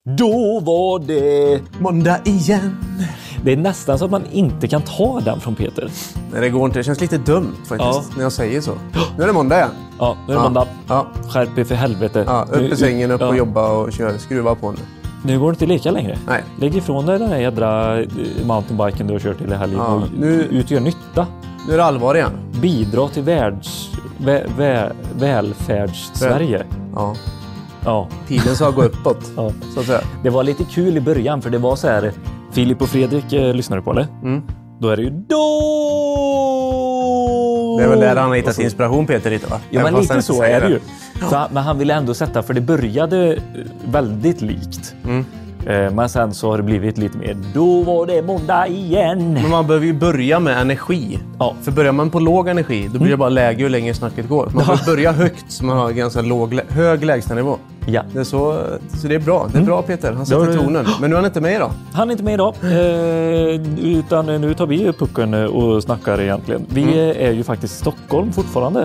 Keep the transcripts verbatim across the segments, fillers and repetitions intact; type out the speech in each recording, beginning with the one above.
Då var det måndag igen. Det är nästan så att man inte kan ta den från Peter. Nej, det går inte. Det känns lite dumt faktiskt ja. när jag säger så. Nu är det måndag igen. Ja, nu är det ja. måndag. Ja. Skärp er för helvete. Ja, upp i sängen, upp ja. och jobba och köra, skruva på nu. Nu går det inte leka längre. Nej. Lägg ifrån dig den här jädra mountainbiken du har kört till i helgen ja, och nu, ut och gör nytta. Nu är det allvar igen. Bidra till världs, vä, vä, välfärds-Sverige. Ja. Ja. Pilen ska gå uppåt. ja. Så att säga. Det var lite kul i början för det var så här. Filip och Fredrik eh, lyssnar du på eller? Mm. Då är det ju då. Det är väl där han har hittat inspiration Peter lite va? Ja, men lite så är det ju. Så, men han ville ändå sätta, för det började väldigt likt. Mm. Eh, men sen så har det blivit lite mer, då var det måndag igen. Men man behöver ju börja med energi. Ja. För börjar man på låg energi, då blir det mm. bara läge hur länge snacket går. Man får börja högt så man har ganska låg, hög lägstanivå. Ja. Det är så, så det är bra. Det är bra Peter. Han sätter är... tonen. Men nu är han inte med idag. Han är inte med idag. Eh, utan nu tar vi pucken och snackar egentligen. Vi mm. är ju faktiskt i Stockholm fortfarande.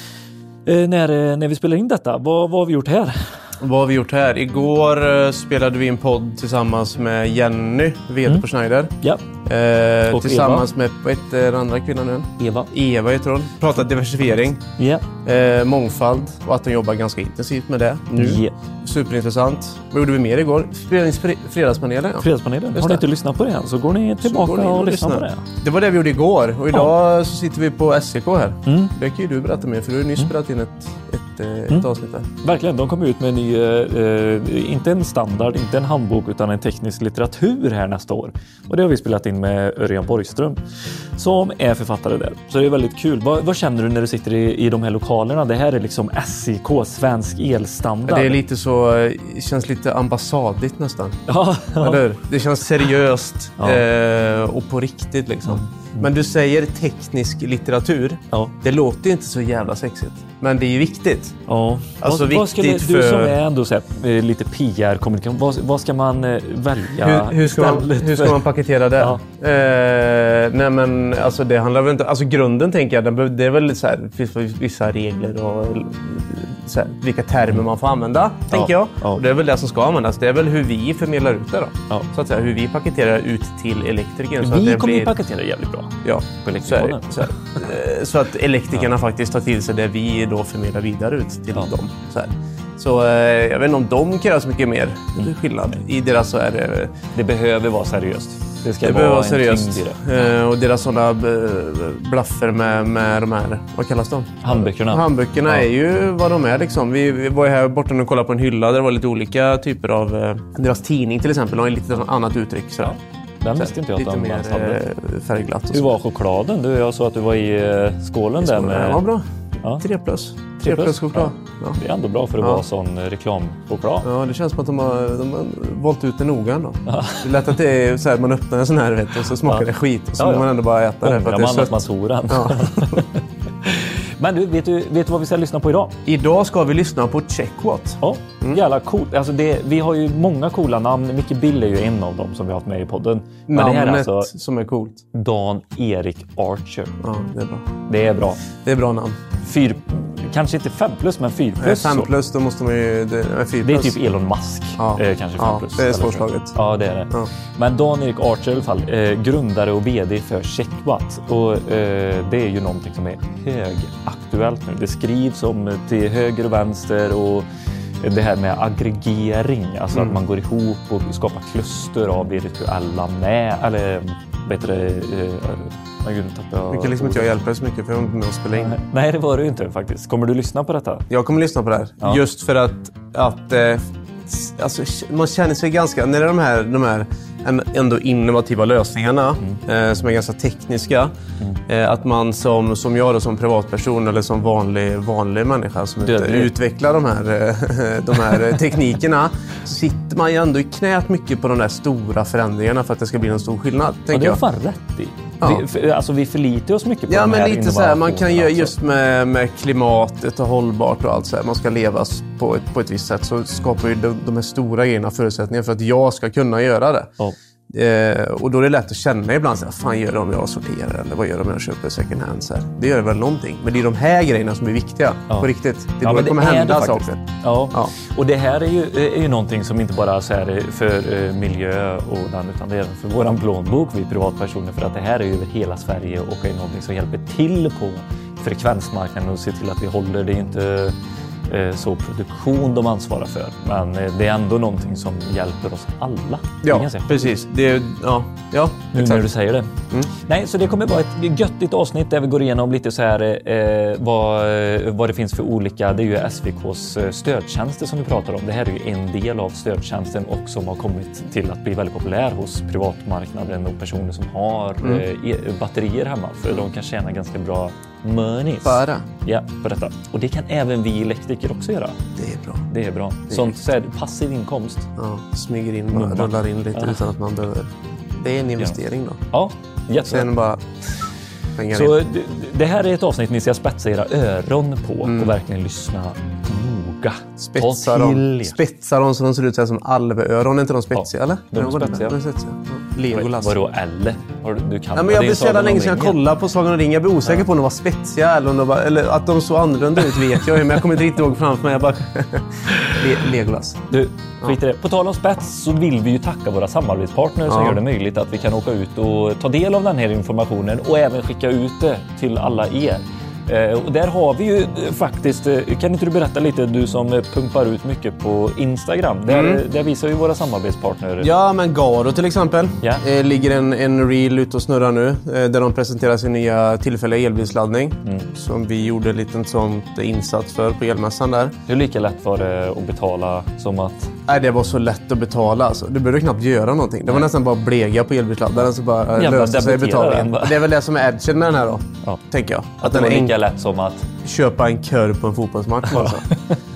Eh, när, när vi spelar in detta. Vad, vad har vi gjort här? Vad har vi gjort här? Igår spelade vi en podd tillsammans med Jenny, vd mm. på Schneider. Ja. Eh, och tillsammans Eva. med, vad heter den andra kvinnan nu? Eva. Eva heter hon. Pratat diversifiering. Ja. Eh, mångfald. Och att hon jobbar ganska intensivt med det nu. Ja. Superintressant. Vad gjorde vi mer igår? Fredagspanelen. Ja. Fredagspanelen. Har ni inte lyssnat på det än så går ni tillbaka går ni och, och lyssnar på det. Det var det vi gjorde igår. Och idag ja. så sitter vi på S C K här. Mm. Det kan ju du berätta mer för du har nyss mm. spelat in ett, ett, ett mm. avsnitt där. Verkligen. De kom ut med en ny, eh, inte en standard, inte en handbok utan en teknisk litteratur här nästa år. Och det har vi spelat in med Örjan Borgström som är författare där. Så det är väldigt kul. Vad, vad känner du när du sitter i, i de här lokalerna? Det här är liksom S C K, svensk elstandard. Det är lite så, känns lite ambassadigt nästan. Ja, ja. Eller? Det känns seriöst ja. eh, och på riktigt liksom. Mm. Men du säger teknisk litteratur. Ja. Det låter ju inte så jävla sexigt. Men det är ju viktigt. Ja. Alltså vad, viktigt vad skulle, för... Du som är ändå så här, lite P R-kommunikation. Vad, vad ska man välja? Hur, hur, ska, man, hur ska man paketera det? Ja. Eh, nej men alltså det handlar väl inte... Alltså grunden tänker jag, det är väl så här, det finns vissa regler och så här, vilka termer man får använda, ja. tänker jag. Ja. Och det är väl det som ska användas. Det är väl hur vi förmedlar ut det då. Ja. Så att säga, hur vi paketerar ut till elektrikern. Så vi att det kommer blir... ju paketera jävligt bra. Ja, på så, är, så, här, så att elektrikerna ja. faktiskt tar till sig det vi då förmedlar vidare ut till ja. dem. Så, här. så eh, jag vet inte om de kan göra så mycket mer mm. skillnad. I deras så är det... Det behöver vara seriöst. Det ska det vara, vara en seriöst. Det. Eh, och deras sådana blaffer med, med de här, vad kallas de? Handböckerna. Handböckerna ja. är ju vad de är liksom. Vi, vi var ju här borta och kollade på en hylla där det var lite olika typer av... Eh, deras tidning till exempel har lite annat uttryck. Sådär. Ja. Den visste inte jag att lite de mer hade. Färgglatt. Hur var chokladen? Du, jag sa att du var i skålen där med... Det var bra. Ja. Tre plus. Tre plus choklad. Ja. Det är ändå bra för att ja. vara sån reklamchoklad. Ja, det känns som att de har, de har valt ut det noga ändå. Ja. Det är lätt att det är så här, man öppnar en sån här vet, och så smakar ja. det skit. Och så ja, ja. man ändå bara äta det för att det är sött. Man soran. Ja. Men du vet, du, vet du vad vi ska lyssna på idag? Idag ska vi lyssna på Check What. Ja, mm. jävla coolt. Alltså det, vi har ju många coola namn. Micke Bill är ju en av dem som vi har haft med i podden. Men namnet det här är alltså som är coolt. Dan Erik Archer. Ja, det är bra. Det är bra. Det är bra namn. Fyr, kanske inte fem plus, men fyra plus. fem plus, då måste man ju... Det är, fyra det är typ Elon Musk. Ja. Eh, kanske fem ja, plus. det är svårslaget. Ja, det är det. Ja. Men Dan Erik Archer i alla fall, eh, grundare och vd för Check What. Och eh, det är ju någonting som är högaktuellt nu. Det skrivs om till höger och vänster och det här med aggregering. Alltså mm. att man går ihop och skapar kluster av virtuella med eller bättre... Eh, Nu kan liksom inte jag hjälpa dig så mycket för jag har inte med att spela in. Nej, det var du inte faktiskt. Kommer du lyssna på detta? Jag kommer lyssna på det här. Ja. Just för att, att eh, alltså, man känner sig ganska... När det är de här, de här ändå innovativa lösningarna mm. eh, som är ganska tekniska. Mm. Eh, att man som, som jag då, som privatperson eller som vanlig, vanlig människa som ut, utvecklar de här, eh, de här teknikerna så sitter man ju ändå i knät mycket på de där stora förändringarna för att det ska bli en stor skillnad. Ja, det är fan rätt i. Ja. Vi, alltså vi förlitar oss mycket på ja, de här men lite så här, man kan ju alltså. just med, med klimatet och hållbart och allt så här, man ska leva på ett, på ett visst sätt så skapar ju de, de här stora grejerna förutsättningar för att jag ska kunna göra det. Ja. Eh, och då är det lätt att känna ibland så här, fan gör de om jag sorterar eller vad gör de om jag köper second hand så här. Det gör väl någonting. Men det är de här grejerna som är viktiga ja. På riktigt. Det är ja, då det kommer det hända det saker. Ja. ja, och det här är ju, är ju någonting som inte bara så här för uh, miljö och den, utan det är även för våran plånbok, vi privatpersoner, för att det här är ju över hela Sverige och är någonting som hjälper till på frekvensmarknaden och se till att vi håller det inte så produktion de ansvarar för. Men det är ändå någonting som hjälper oss alla. Ja, precis. Det är, ja, ja, nu exakt. När du säger det. Mm. Nej, så det kommer vara ett göttigt avsnitt där vi går igenom lite så här eh, vad, vad det finns för olika, det är ju S V K:s stödtjänster som vi pratar om. Det här är ju en del av stödtjänsten och som har kommit till att bli väldigt populär hos privatmarknaden och personer som har mm. eh, batterier hemma, för de kan tjäna ganska bra money. Bara. Ja, på detta. Och det kan även vi elektriker också göra. Det är bra. Det är bra. Det är sånt så är passiv inkomst. Ja, smyger in, bara mm. rullar in lite ja. Utan att man behöver. Det är en investering ja. då. Ja, jätte. Sen bara pengar så in. Det, det här är ett avsnitt ni ska spetsa era öron på mm. och verkligen lyssna noga. Spetsa dem. Spetsa dem så de ser ut som alveöron. Är inte de spetsiga, ja, eller? De är spetsiga. De är spetsiga. Ja. Legolas. Vadå, eller? Du kan. Ja, men jag blir så länge sedan jag kollade på Sagan om ringen. Jag blir osäker ja. På om de var spetsiga eller, om de var, eller att de så annorlunda ut vet jag. Men jag kommer inte riktigt ihåg framför mig. Jag bara... Le- Legolas. Du, skit i det. På tal om spets så vill vi ju tacka våra samarbetspartners som ja. Gör det möjligt att vi kan åka ut och ta del av den här informationen och även skicka ut det till alla er. Eh, och där har vi ju eh, faktiskt, eh, kan inte du berätta lite, du som eh, pumpar ut mycket på Instagram, där, mm. där visar ju våra samarbetspartner. Ja, men Garo till exempel, yeah. eh, ligger en, en reel ute och snurrar nu, eh, där de presenterar sin nya tillfälliga elbilsladdning, mm. som vi gjorde en liten sånt insats för på elmässan där. Hur lika lätt var det att betala som att... Nej, det var så lätt att betala alltså. Du behövde knappt göra någonting. Det var Nej. Nästan bara blega på elbilsladdaren så bara ja, löste sig betalningen. Det är väl det som är edgen med den här då, ja. Tänker jag. Att, att den är lika lätt som att köpa en korv på en fotbollsmatch. Ja. Alltså.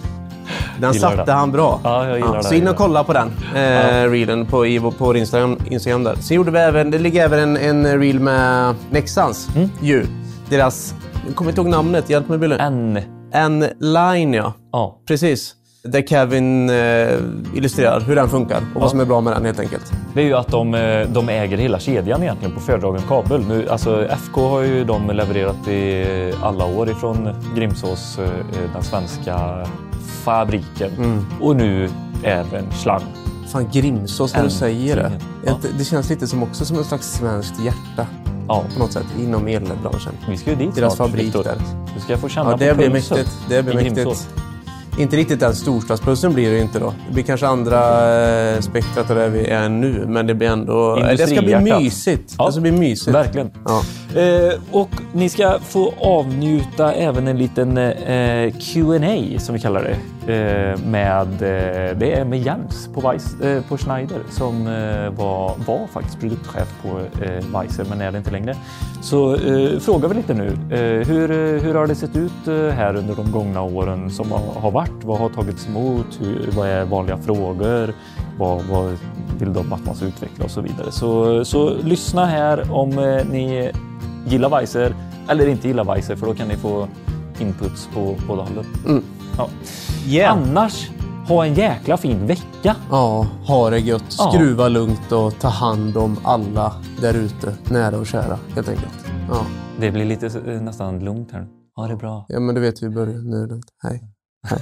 Den satte det. Han bra. Ja, jag gillar ja, det. Så in och kolla på den eh, ja. Reelen på, på Instagram, Instagram där. Sen gjorde vi även, det ligger även en, en reel med Nexans mm. ju. Deras, jag kommer inte ihåg namnet, hjälp mig Bille. En. En line, ja. Ja. Precis. Där Kevin eh, illustrerar hur den funkar och ja. Vad som är bra med den helt enkelt. Det är ju att de, de äger hela kedjan egentligen på fördragen kabel. Nu, alltså F K har ju de levererat i alla år ifrån Grimsås, den svenska fabriken. Mm. Och nu även Slang. Fan, Grimsås när du säger det. Ja. Det känns lite som också som en slags svenskt hjärta. Ja. På något sätt inom elbranschen. Vi ska ju dit deras snart, fabrik där. Du ska få känna ja, på det blir mäktigt. Det blir mäktigt. Inte riktigt den storstadsplussen blir det inte då. Det blir kanske andra eh, spektrat där vi är nu, men det blir ändå det ska bli mysigt. Ja, det ska bli mysigt. Verkligen. Ja. Eh, och ni ska få avnjuta även en liten eh, Q and A som vi kallar det eh, med eh, det är med Jens på Weiss, eh, på Schneider som eh, var var faktiskt produktchef på eh, Weiser, men är det inte längre. Så eh, frågar vi lite nu. Eh, hur hur har det sett ut eh, här under de gångna åren som har, har varit? Vad har tagits emot? Hur, vad är vanliga frågor? Vad, vad vill de att man ska utveckla och så vidare. Så, så lyssna här om eh, ni gillar Weiser eller inte gillar Weiser, för då kan ni få inputs på båda hållen. Mm. Ja. Yeah. Annars, ha en jäkla fin vecka. Ja, ha det gött. Skruva ja. Lugnt och ta hand om alla där ute, nära och kära, helt enkelt. Ja. Det blir lite nästan lugnt här. Ja, det är bra. Ja, men du vet, vi börjar nu. Lugnt. Hej. Hej.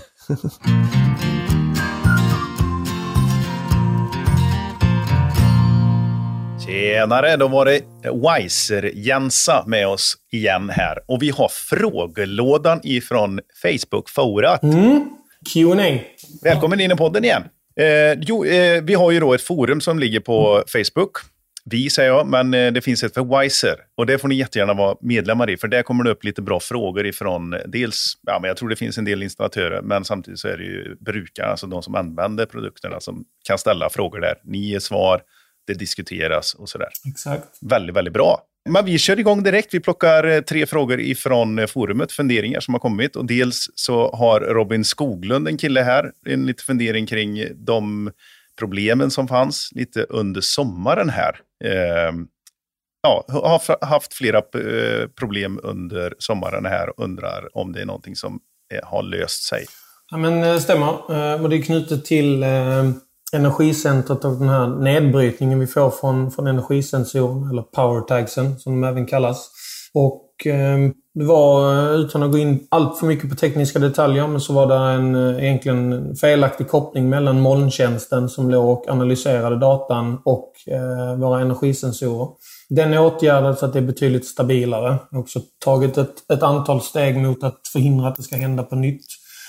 Tjenare, då var det Weiser-Jensa med oss igen här. Och vi har frågelådan ifrån Facebook-forat. Mm. Q and A. Välkommen in i podden igen. Eh, jo, eh, vi har ju då ett forum som ligger på Facebook. Vi säger jag, men eh, det finns ett för Weiser. Och det får ni jättegärna vara medlemmar i. För där kommer det upp lite bra frågor ifrån dels, ja men jag tror det finns en del installatörer. Men samtidigt så är det ju brukare, alltså de som använder produkterna som kan ställa frågor där. Ni ger svar. Det diskuteras och sådär. Exakt. Väldigt, väldigt bra. Men vi kör igång direkt. Vi plockar tre frågor ifrån forumet, funderingar som har kommit. Och dels så har Robin Skoglund, en kille här, en liten fundering kring de problemen som fanns lite under sommaren här. Eh, ja, har haft flera eh, problem under sommaren här och undrar om det är någonting som eh, har löst sig. Ja, men stämmer. Och det är knutet till... Eh... energicentret och den här nedbrytningen vi får från, från energisensorn, eller power tagsen som de även kallas. Och eh, det var, utan att gå in allt för mycket på tekniska detaljer, men så var det en, egentligen en felaktig koppling mellan molntjänsten som låg och analyserade datan och eh, våra energisensorer. Den är åtgärdad så att det är betydligt stabilare. Jag har också tagit ett, ett antal steg mot att förhindra att det ska hända på nytt.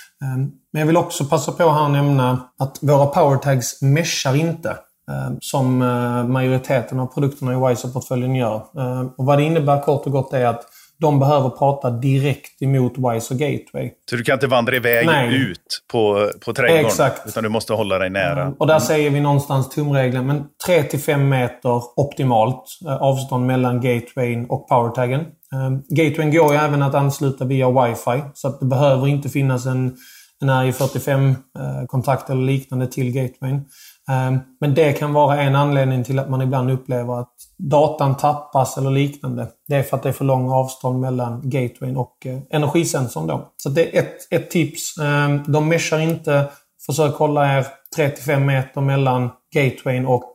Men jag vill också passa på här att nämna att våra powertags meshar inte som majoriteten av produkterna i Wiser-portföljen gör. Och vad det innebär kort och gott är att de behöver prata direkt emot Wiser Gateway. Så du kan inte vandra iväg Nej. ut på, på trädgården? Exakt. Utan du måste hålla dig nära. Och där mm. säger vi någonstans tumregeln, men tre till fem meter optimalt avstånd mellan gatewayn och powertaggen. Gatewayn går ju även att ansluta via wifi, så att det behöver inte finnas en, en R J fyrtiofem-kontakt eller liknande till gatewayn. Men det kan vara en anledning till att man ibland upplever att datan tappas eller liknande. Det är för att det är för lång avstånd mellan gatewayn och energisensorn då. Så det är ett, ett tips. De meshar inte. Försök hålla er tre till fem meter mellan gatewayn och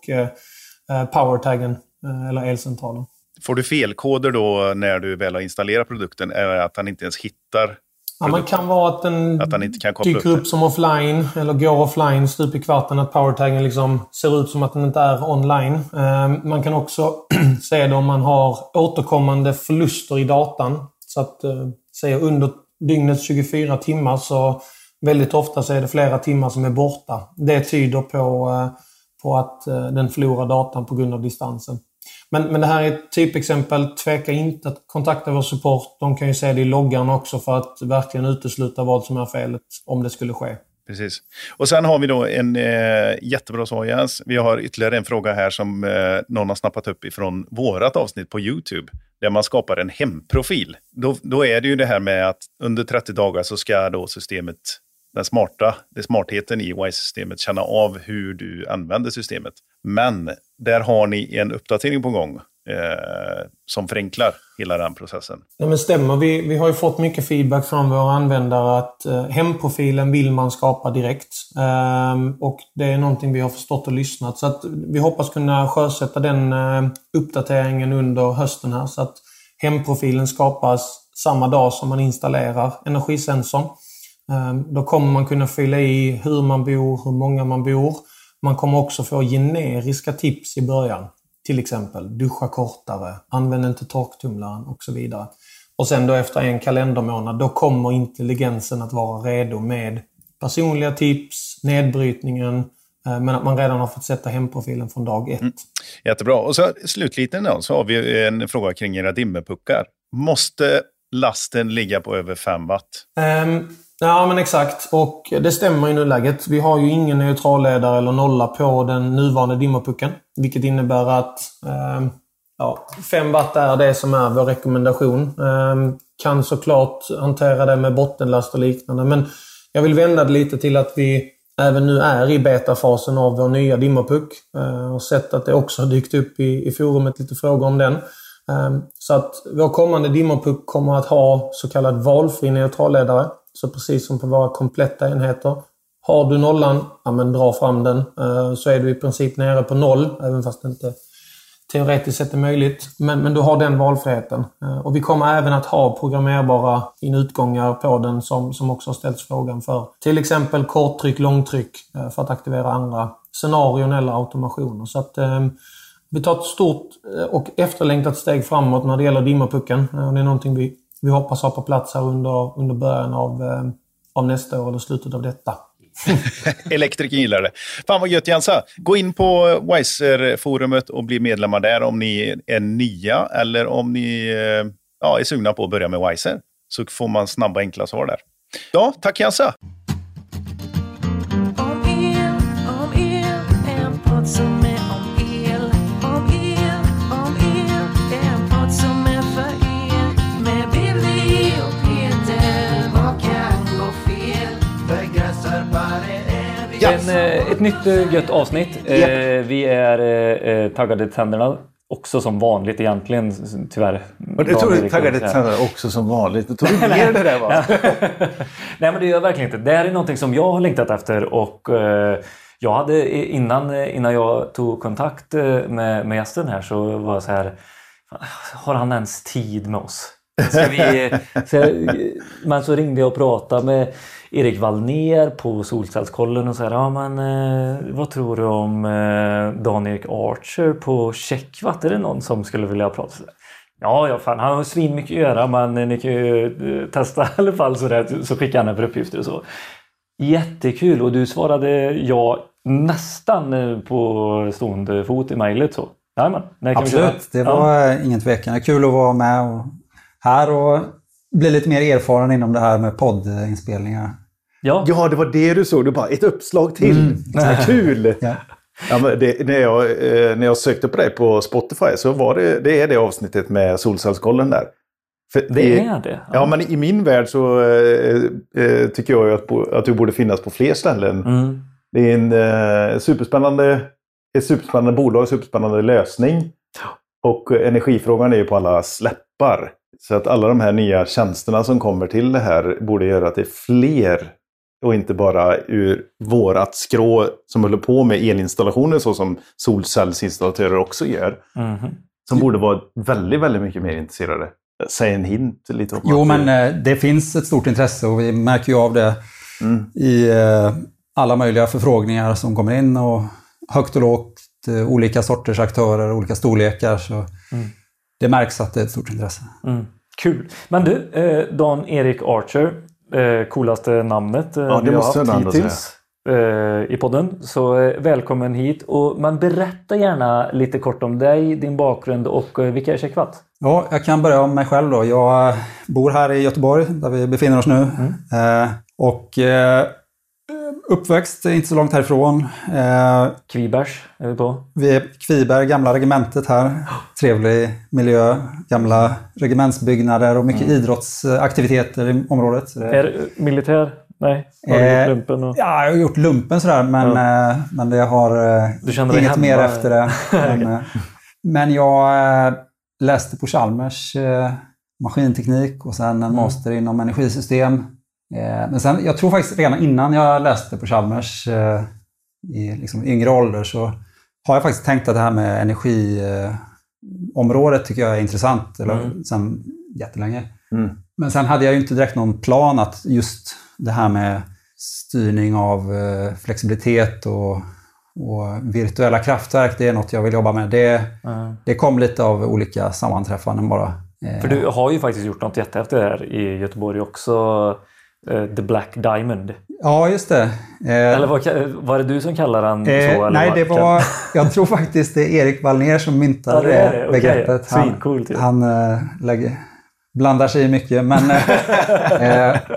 powertaggen eller elcentralen. Får du felkoder då när du väl har installerat produkten? Eller att han inte ens hittar? Ja, man kan vara att den att han inte kan dyker upp, upp som offline eller går offline stup i kvarten, att powertaggen liksom ser ut som att den inte är online. Man kan också se det om man har återkommande förluster i datan. Så att säga under dygnets tjugofyra timmar, så väldigt ofta så är det flera timmar som är borta. Det tyder på, på att den förlorar datan på grund av distansen. Men, men det här är ett typexempel. Tveka inte att kontakta vår support. De kan ju se det i loggan också för att verkligen utesluta vad som är felet om det skulle ske. Precis. Och sen har vi då en eh, jättebra svar, Jens. Vi har ytterligare en fråga här som eh, någon har snappat upp ifrån vårat avsnitt på YouTube. Där man skapar en hemprofil. Då, då är det ju det här med att under trettio dagar så ska då systemet, den smarta, det smartheten i Wise-systemet känna av hur du använder systemet. Men där har ni en uppdatering på gång eh, som förenklar hela den processen. Ja, men stämmer. Vi, vi har ju fått mycket feedback från våra användare att eh, hemprofilen vill man skapa direkt. Eh, och det är någonting vi har förstått och lyssnat. Så att vi hoppas kunna sjösätta den eh, uppdateringen under hösten här. Så att hemprofilen skapas samma dag som man installerar energisensorn. Eh, då kommer man kunna fylla i hur man bor, hur många man bor. Man kommer också få generiska tips i början. Till exempel duscha kortare, använd inte torktumlaren och så vidare. Och sen då efter en kalendermånad, då kommer intelligensen att vara redo med personliga tips, nedbrytningen, men att man redan har fått sätta hemprofilen från dag ett. Mm. Jättebra. Och så slutliten då, så har vi en fråga kring era dimmerpuckar. Måste lasten ligga på över fem watt? Um, Ja, men exakt. Och det stämmer i nuläget. Vi har ju ingen neutralledare eller nolla på den nuvarande dimmerpucken. Vilket innebär att eh, ja, fem watt är det som är vår rekommendation. Eh, kan såklart hantera det med bottenlast och liknande. Men jag vill vända det lite till att vi även nu är i betafasen av vår nya dimmerpuck. Eh, och sett att det också har dykt upp i, i forumet lite frågor om den. Eh, så att vår kommande dimmerpuck kommer att ha så kallad valfri neutralledare. Så precis som på våra kompletta enheter. Har du nollan, ja men dra fram den. Så är du i princip nere på noll. Även fast det inte teoretiskt sett är möjligt. Men, men du har den valfriheten. Och vi kommer även att ha programmerbara inutgångar på den som, som också har ställts frågan för. Till exempel korttryck, långtryck för att aktivera andra scenarion eller automationer. Så att eh, vi tar ett stort och efterlängtat steg framåt när det gäller dimmerpucken. Det är någonting vi Vi hoppas ha på plats här under, under början av, eh, av nästa år eller slutet av detta. Elektriker gillar det. Fan vad gött, Jensa. Gå in på Wiser-forumet och bli medlemmar där om ni är nya eller om ni eh, ja, är sugna på att börja med Wiser. Så får man snabba enkla svar där. Ja, tack Jensa. Om el, om el, en podd som är om el. Om el, om el, en podd som är för el. Med Billy och Peter, vad kan gå fel? Begränsar bara en... Yes. En, ett nytt gött avsnitt. Yep. Vi är taggade till tänderna. Också som vanligt egentligen, tyvärr. Och jag tror du taggade till tänderna också som vanligt. Du tog du ner det där va? Nej, men det gör jag verkligen inte. Det här är någonting som jag har längtat efter och eh, Jag hade innan, innan jag tog kontakt med, med gästen här så var jag så här, har han ens tid med oss? Ska vi, så jag, men så ringde jag och pratade med Erik Wallner på Solcellskollen och sa, ja men eh, vad tror du om eh, Dan-Erik Archer på Checkwatt? Är det någon som skulle vilja prata? Ja, ja fan, han har svin mycket att göra, men ni kan ju eh, testa i alla fall så, där, så skickar han för uppgifter och så. Jättekul, och du svarade ja nästan på stående fot i mejlet så. Jajamän, absolut, det var ja. ingen tvekan. Kul att vara med och här och bli lite mer erfaren inom det här med poddinspelningar. Ja, ja det var det du såg. Du bara, ett uppslag till. Mm. Så kul! Ja. Ja, men det, när, jag, eh, när jag sökte på dig på Spotify så var det, det är det avsnittet med Solcellskollen där. För det i, är det? Ja. ja, men i min värld så eh, eh, tycker jag att, att du borde finnas på fler ställen. Mm. Det är en eh, superspännande, ett superspännande bolag, superspännande lösning. Och energifrågan är ju på alla släppar. Så att alla de här nya tjänsterna som kommer till det här borde göra att det är fler och inte bara ur vårat skrå som håller på med elinstallationer så som solcellsinstallatörer också gör. Mm. Som borde vara väldigt, väldigt mycket mer intresserade. Säg en hint lite om. Jo, men det... det finns ett stort intresse och vi märker ju av det mm. i eh, alla möjliga förfrågningar som kommer in och högt och lågt, eh, olika sorters aktörer, olika storlekar. Så mm. det märks att det är ett stort intresse. Mm. Kul. Men du, eh, Dan-Erik Archer, eh, coolaste namnet eh, ja, det vi måste har haft hittills eh, i podden. Så eh, välkommen hit. Och, men berätta gärna lite kort om dig, din bakgrund och eh, vilka är Checkwatt? Ja, jag kan börja om mig själv då. Jag bor här i Göteborg där vi befinner oss nu. Mm. Eh, och eh, uppväxt inte så långt härifrån. Eh, Kvibergs är vi på. Vi är Kviberg, gamla regementet här. Trevlig miljö, gamla regementsbyggnader och mycket mm. idrottsaktiviteter i området. Det... Är militär? Nej, har du eh, gjort lumpen? Och... Ja, jag har gjort lumpen sådär, men, ja. eh, men det har eh, du inget hemma... mer efter det. men, eh, men jag eh, läste på Chalmers eh, maskinteknik och sen en mm. master inom energisystem. Men sen, jag tror faktiskt redan innan jag läste på Chalmers eh, i liksom yngre ålder så har jag faktiskt tänkt att det här med energiområdet eh, tycker jag är intressant. Eller mm. sen jättelänge. Mm. Men sen hade jag ju inte direkt någon plan att just det här med styrning av eh, flexibilitet och, och virtuella kraftverk, det är något jag vill jobba med. Det, mm. det kom lite av olika sammanträffanden bara. För du har ju faktiskt gjort något jättehäftigt här i Göteborg också. The Black Diamond. Ja, just det. Eller var, var det du som kallar den så? Eh, eller nej, var, det var... Jag tror faktiskt det är Erik Wallner som myntade ja, det är det. begreppet. Okay. Han, cool, typ. han äh, lägger, blandar sig i mycket. Men äh, äh,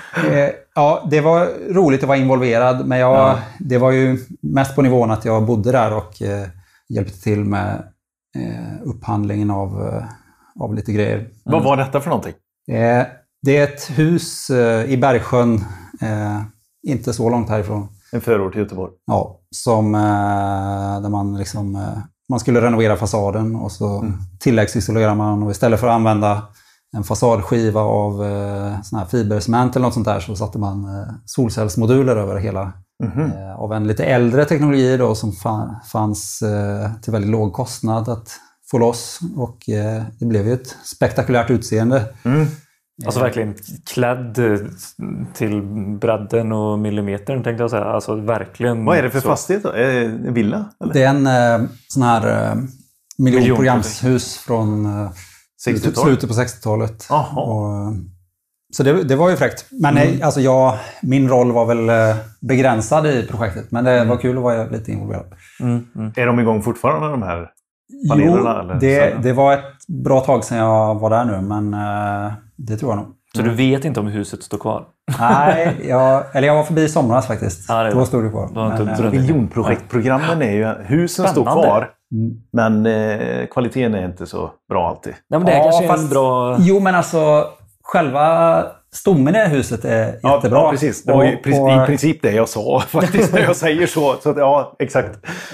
ja, det var roligt att vara involverad. Men jag, ja. det var ju mest på nivån att jag bodde där och äh, hjälpte till med äh, upphandlingen av, äh, av lite grejer. Mm. Vad var detta för någonting? Äh, Det är ett hus eh, i Bergsjön, eh, inte så långt härifrån. En förort till Göteborg. Ja, som, eh, där man, liksom, eh, man skulle renovera fasaden och så mm. tilläggsisolerar man. Och istället för att använda en fasadskiva av eh, sån här fibercement eller något sånt där så satte man eh, solcellsmoduler över hela. Mm-hmm. eh, av en lite äldre teknologi då, som fa- fanns eh, till väldigt låg kostnad att få loss. Och eh, det blev ju ett spektakulärt utseende. Mm. Alltså verkligen klädd till bredden och millimetern tänkte jag säga. Alltså verkligen. Vad är det för så... fastighet då? Är det en villa? Eller? Det är en eh, sån här eh, miljonprogramshus från eh, slutet på sextiotalet. Och, så det, det var ju fräckt. Men mm. nej, alltså jag, min roll var väl eh, begränsad i projektet. Men det mm. var kul att vara lite involverad. Mm. Mm. Är de igång fortfarande de här panelerna? Jo, eller? Det, det var ett bra tag sedan jag var där nu. Men... Eh, Det tror jag nog. Så du vet inte om huset står kvar? Nej, jag, eller jag var förbi i somras faktiskt. Ja, det Då stod det kvar. Men, miljonprojektprogrammen är ju... Husen Spännande. står kvar, mm. men eh, kvaliteten är inte så bra alltid. Nej, men det är ja, kanske fast, en bra... Jo, men alltså själva stommen i huset är jättebra. Ja, precis. Det var ju och, i princip det jag sa faktiskt när jag säger så. Så att, ja, exakt.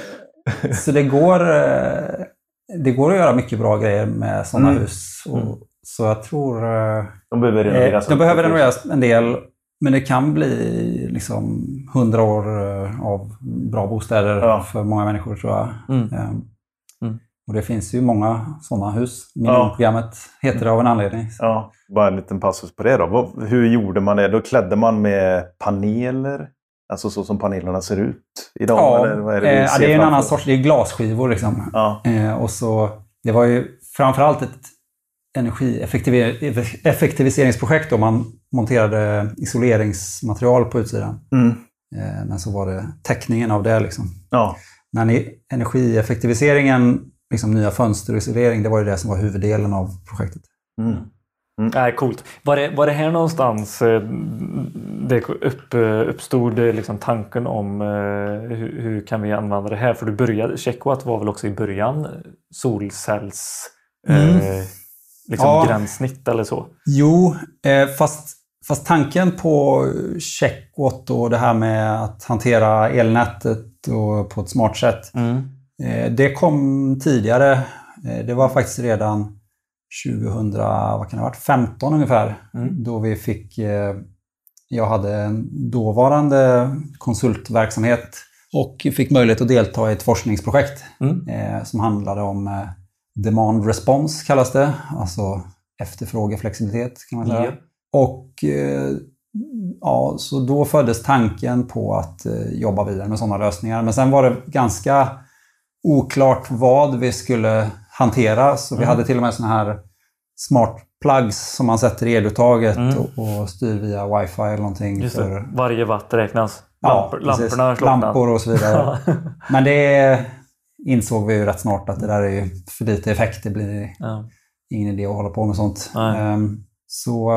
Så det går, det går att göra mycket bra grejer med sådana mm. hus. Och, Så jag tror... De behöver renoveras. Eh, de behöver renoveras en del. Men det kan bli liksom hundra år av bra bostäder ja. för många människor, tror jag. Mm. Mm. Och det finns ju många sådana hus. Miljonprogrammet ja. heter det av en anledning. Ja, bara en liten passus på det då. Hur gjorde man det? Då klädde man med paneler? Alltså så som panelerna ser ut idag? Ja, eller vad är det, vi ser det är en annan sorts, det är glasskivor liksom. Ja. Eh, och så, det var ju framförallt ett energieffektiviseringsprojekt då man monterade isoleringsmaterial på utsidan. Mm. Eh, men så var det täckningen av det liksom. Ja. Men i energieffektiviseringen, liksom nya fönster och isolering, det var ju det som var huvuddelen av projektet. Mm. Mm. Nej, coolt. Var det, var det här någonstans det upp, uppstod liksom tanken om hur, hur kan vi använda det här? För du började, Checkwatt var väl också i början solcells mm. eh, liksom ja. gränssnitt eller så? Jo, eh, fast, fast tanken på Checkwatt och det här med att hantera elnätet och på ett smart sätt, mm. eh, det kom tidigare. Eh, det var faktiskt redan tjugohundra, vad kan det ha varit, femton ungefär, mm. då vi fick, eh, jag hade en dåvarande konsultverksamhet och fick möjlighet att delta i ett forskningsprojekt mm. eh, som handlade om eh, demand response kallas det, alltså efterfrågeflexibilitet kan man säga. Mm. Och eh, ja, så då föddes tanken på att eh, jobba vidare med sådana lösningar, men sen var det ganska oklart vad vi skulle hantera, så vi mm. hade till och med såna här smart plugs som man sätter i eluttaget mm. och, och styr via wifi eller någonting. Just för... Varje watt räknas. Lampor, ja, lamporna lampor och så vidare. Men det insåg vi ju rätt snart att det där är ju för lite effekt. Det blir ja. ingen idé att hålla på med sånt. Um, så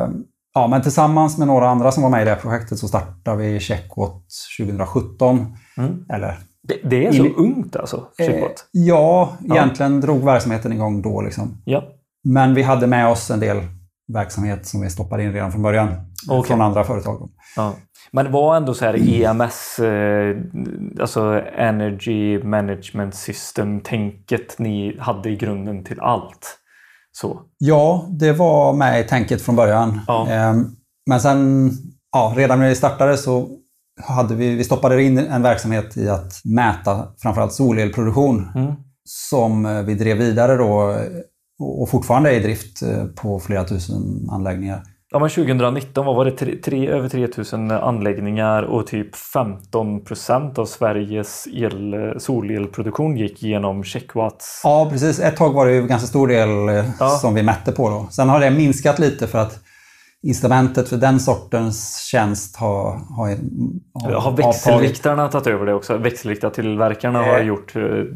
ja, men tillsammans med några andra som var med i det här projektet så startade vi Checkwatt tjugosjutton. Mm. Eller Det, det är så I, ungt alltså, Checkwatt? Eh, ja, egentligen ja. drog verksamheten igång då liksom. Ja. Men vi hade med oss en del verksamhet som vi stoppade in redan från början. Okay. Från andra företag. Ja. Men det var ändå så här E M S, eh, alltså Energy Management System-tänket ni hade i grunden till allt. Så. Ja, det var med i tänket från början. Ja. Eh, men sen, ja, redan när vi startade så hade vi, vi stoppade in en verksamhet i att mäta framförallt solelproduktion mm. som vi drev vidare då och fortfarande är i drift på flera tusen anläggningar. Ja, men tjugonitton vad var det? Tre, tre, över tre tusen anläggningar och typ femton procent av Sveriges el, solelproduktion gick genom Checkwatt. Ja, precis. Ett tag var det ju ganska stor del ja. som vi mätte på då. Sen har det minskat lite för att incitamentet för den sortens tjänst har har, har, har växelriktarna tagit över det också. Växelriktartillverkarna eh, har gjort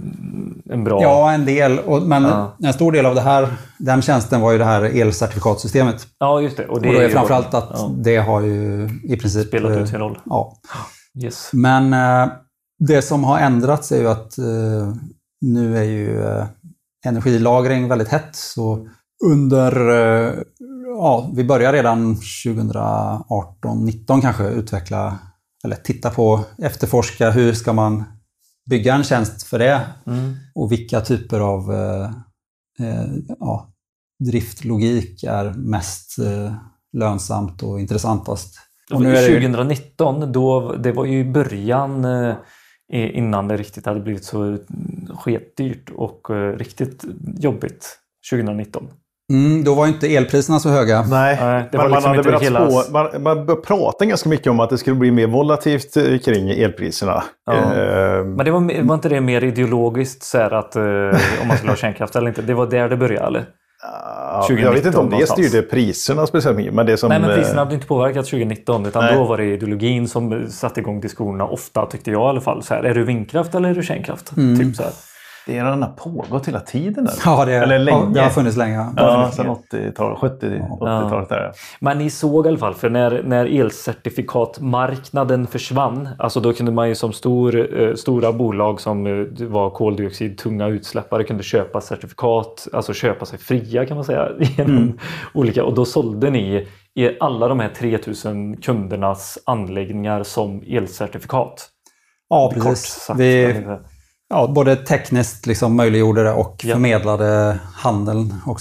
en bra... Ja, en del. Och, men ja. en stor del av det här, den tjänsten var ju det här elcertifikatsystemet. Ja, just det. Och det och då är, är framförallt att ja. det har ju i princip... spelat ut sin roll. Ja. Yes. Men eh, det som har ändrats är ju att eh, nu är ju eh, energilagring väldigt hett. Så under... Eh, Ja, vi börjar redan tjugoarton nitton kanske utveckla eller titta på, efterforska hur ska man bygga en tjänst för det mm. och vilka typer av eh, eh, ja, driftlogik är mest eh, lönsamt och intressantast. Och nu är det... tjugonitton, då, det var ju i början eh, innan det riktigt hade blivit så sketdyrt och eh, riktigt jobbigt tjugonitton. Mm, då var inte elpriserna så höga. Nej, Nej det var man, liksom man, hade inte hela... på, man, man började prata ganska mycket om att det skulle bli mer volatilt kring elpriserna. Ja. Eh, Men det var, var inte det mer ideologiskt så här att eh, om man skulle ha kärnkraft eller inte? Det var där det började, eller? Ja, jag vet inte om det någonstans. Styrde priserna speciellt mycket. Men det som, Nej, men priserna hade inte påverkat tjugonitton utan nej. Då var det ideologin som satte igång diskussionerna ofta, tyckte jag i alla fall. Så här, är du vindkraft eller är du kärnkraft? Mm. Typ så här. Det är den har pågått hela tiden. Eller? Ja, det, eller länge. det har funnits länge. Ja, sedan åttiotalet, sjuttio, åttiotalet där. Ja. Men ni såg i alla fall, för när, när elcertifikatmarknaden försvann, alltså då kunde man ju som stor, eh, stora bolag som eh, var koldioxid, tunga utsläppare kunde köpa certifikat, alltså köpa sig fria kan man säga, genom mm. olika, och då sålde ni i alla de här tre tusen kundernas anläggningar som elcertifikat. Ja, precis. Kort, vi... Ja, både tekniskt liksom möjliggjorde det och ja. förmedlade handeln också.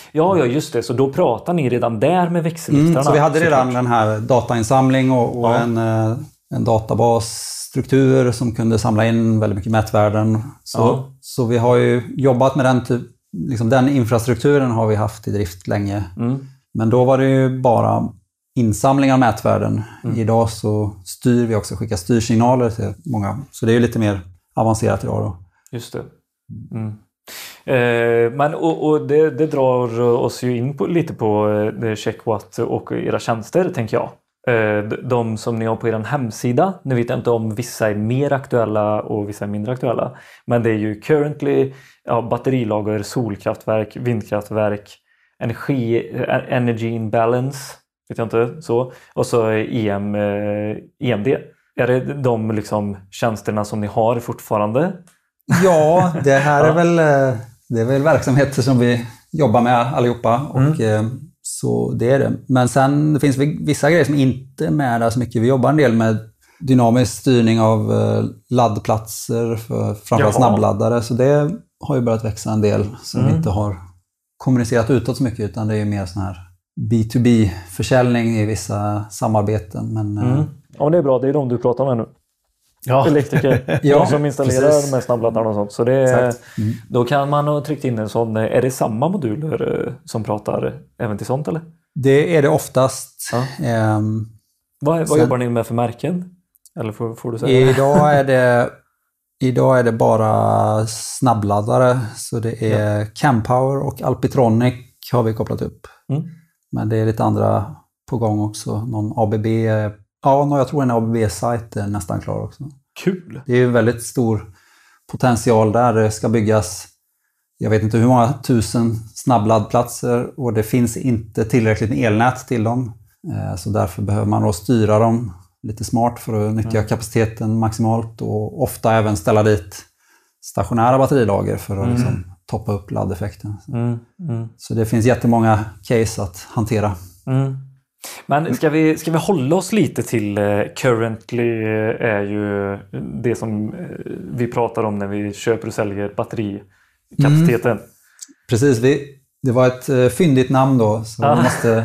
Ja, ja, just det. Så då pratar ni redan där med växelliftarna. Mm, så vi hade redan såklart. den här datainsamling och, och Ja. en, eh, en databasstruktur som kunde samla in väldigt mycket mätvärden. Så, Ja. så vi har ju jobbat med den typ, liksom den infrastrukturen har vi haft i drift länge. Mm. Men då var det ju bara insamling av mätvärden. Mm. Idag så styr vi också, skickar styrsignaler till många. Så det är ju lite mer avancerat idag då. Just det. Mm. Eh, men, och, och det, det drar oss ju in på, lite på eh, Checkwatt och era tjänster, tänker jag. Eh, de som ni har på er hemsida, nu vet jag inte om vissa är mer aktuella och vissa är mindre aktuella. Men det är ju currently ja, batterilager, solkraftverk, vindkraftverk, energi, energy in balance, vet jag inte så. Och så E M, eh, E M D. Är det de liksom tjänsterna som ni har fortfarande? Ja, det här är väl, eh, det är väl verksamheter som vi jobbar med allihopa. Och, Mm. eh, så det är det. Men sen det finns vissa grejer som inte är med där så mycket. Vi jobbar en del med dynamisk styrning av eh, laddplatser för framförallt Jaha. snabbladdare. Så det har ju börjat växa en del som Mm. vi inte har kommunicerat utåt så mycket, utan det är ju mer sån här B to B-försäljning i vissa samarbeten. Men, eh, Mm. Ja, det är bra. Det är de du pratar med nu. Ja. Elektriker. Ja, de som installerar precis. med snabbladdarna och sånt. Så det är, Exakt. Mm. då kan man ha tryckt in en sån. Är det samma moduler eh, som pratar även till sånt, eller? Det är det oftast. Ja. Ehm, Vad, vad Sen- jobbar ni med för märken? Eller får, får du säga? Idag är det, idag är det bara snabbladdare. Så det är Campower och Alpitronic har vi kopplat upp. Mm. Men det är lite andra på gång också. Någon A B B. Ja, jag tror en A B B-sajt är nästan klar också. Kul! Det är ju väldigt stor potential där. Det ska byggas, jag vet inte hur många tusen snabbladdplatser, och det finns inte tillräckligt med elnät till dem. Eh, Så därför behöver man då styra dem lite smart för att nyttja kapaciteten maximalt, och ofta även ställa dit stationära batterilager för att Mm. liksom toppa upp laddeffekten. Mm. Mm. Så det finns jättemånga case att hantera. Mm. Men ska vi, ska vi hålla oss lite till eh, currently eh, är ju det som eh, vi pratar om när vi köper och säljer batterikapaciteten. Precis, vi, det var ett uh, fyndigt namn då, så Ah. vi, måste,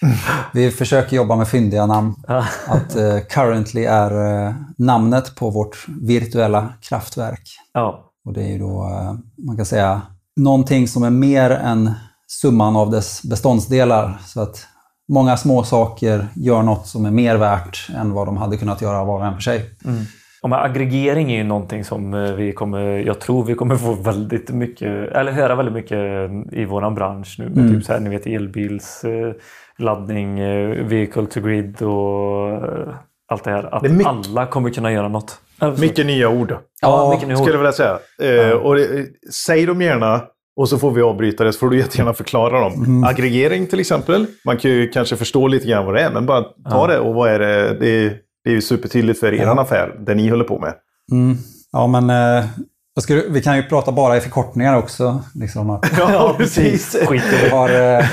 vi försöker jobba med fyndiga namn. Ah. Att uh, currently är uh, namnet på vårt virtuella kraftverk. Ja. Och det är ju då, uh, man kan säga, någonting som är mer än summan av dess beståndsdelar. Så att många små saker gör något som är mer värt än vad de hade kunnat göra var och en för sig. Mm. Och med aggregering är ju någonting som eh, vi kommer, jag tror vi kommer få väldigt mycket, eller höra väldigt mycket i våran bransch nu. Med Mm. typ så här, ni vet, elbils, eh, laddning, eh, vehicle to grid och eh, allt det här. Att Det är mycket- alla kommer kunna göra något. Alltså, Mycket nya ord. ja, mycket nya ord. Skulle jag vilja säga. Eh, och det, säg dem gärna och så får vi avbryta det, så får du jättegärna förklara dem. Mm. Aggregering till exempel. Man kan ju kanske förstå lite grann vad det är, men bara ta Ja. det och vad är det? Det är, det är ju supertydligt för er Ja. affär, det ni håller på med. Mm. Ja, men uh, jag skulle, vi kan ju prata bara i förkortningar också. Liksom att, Ja, precis. Skit i vi det. har uh,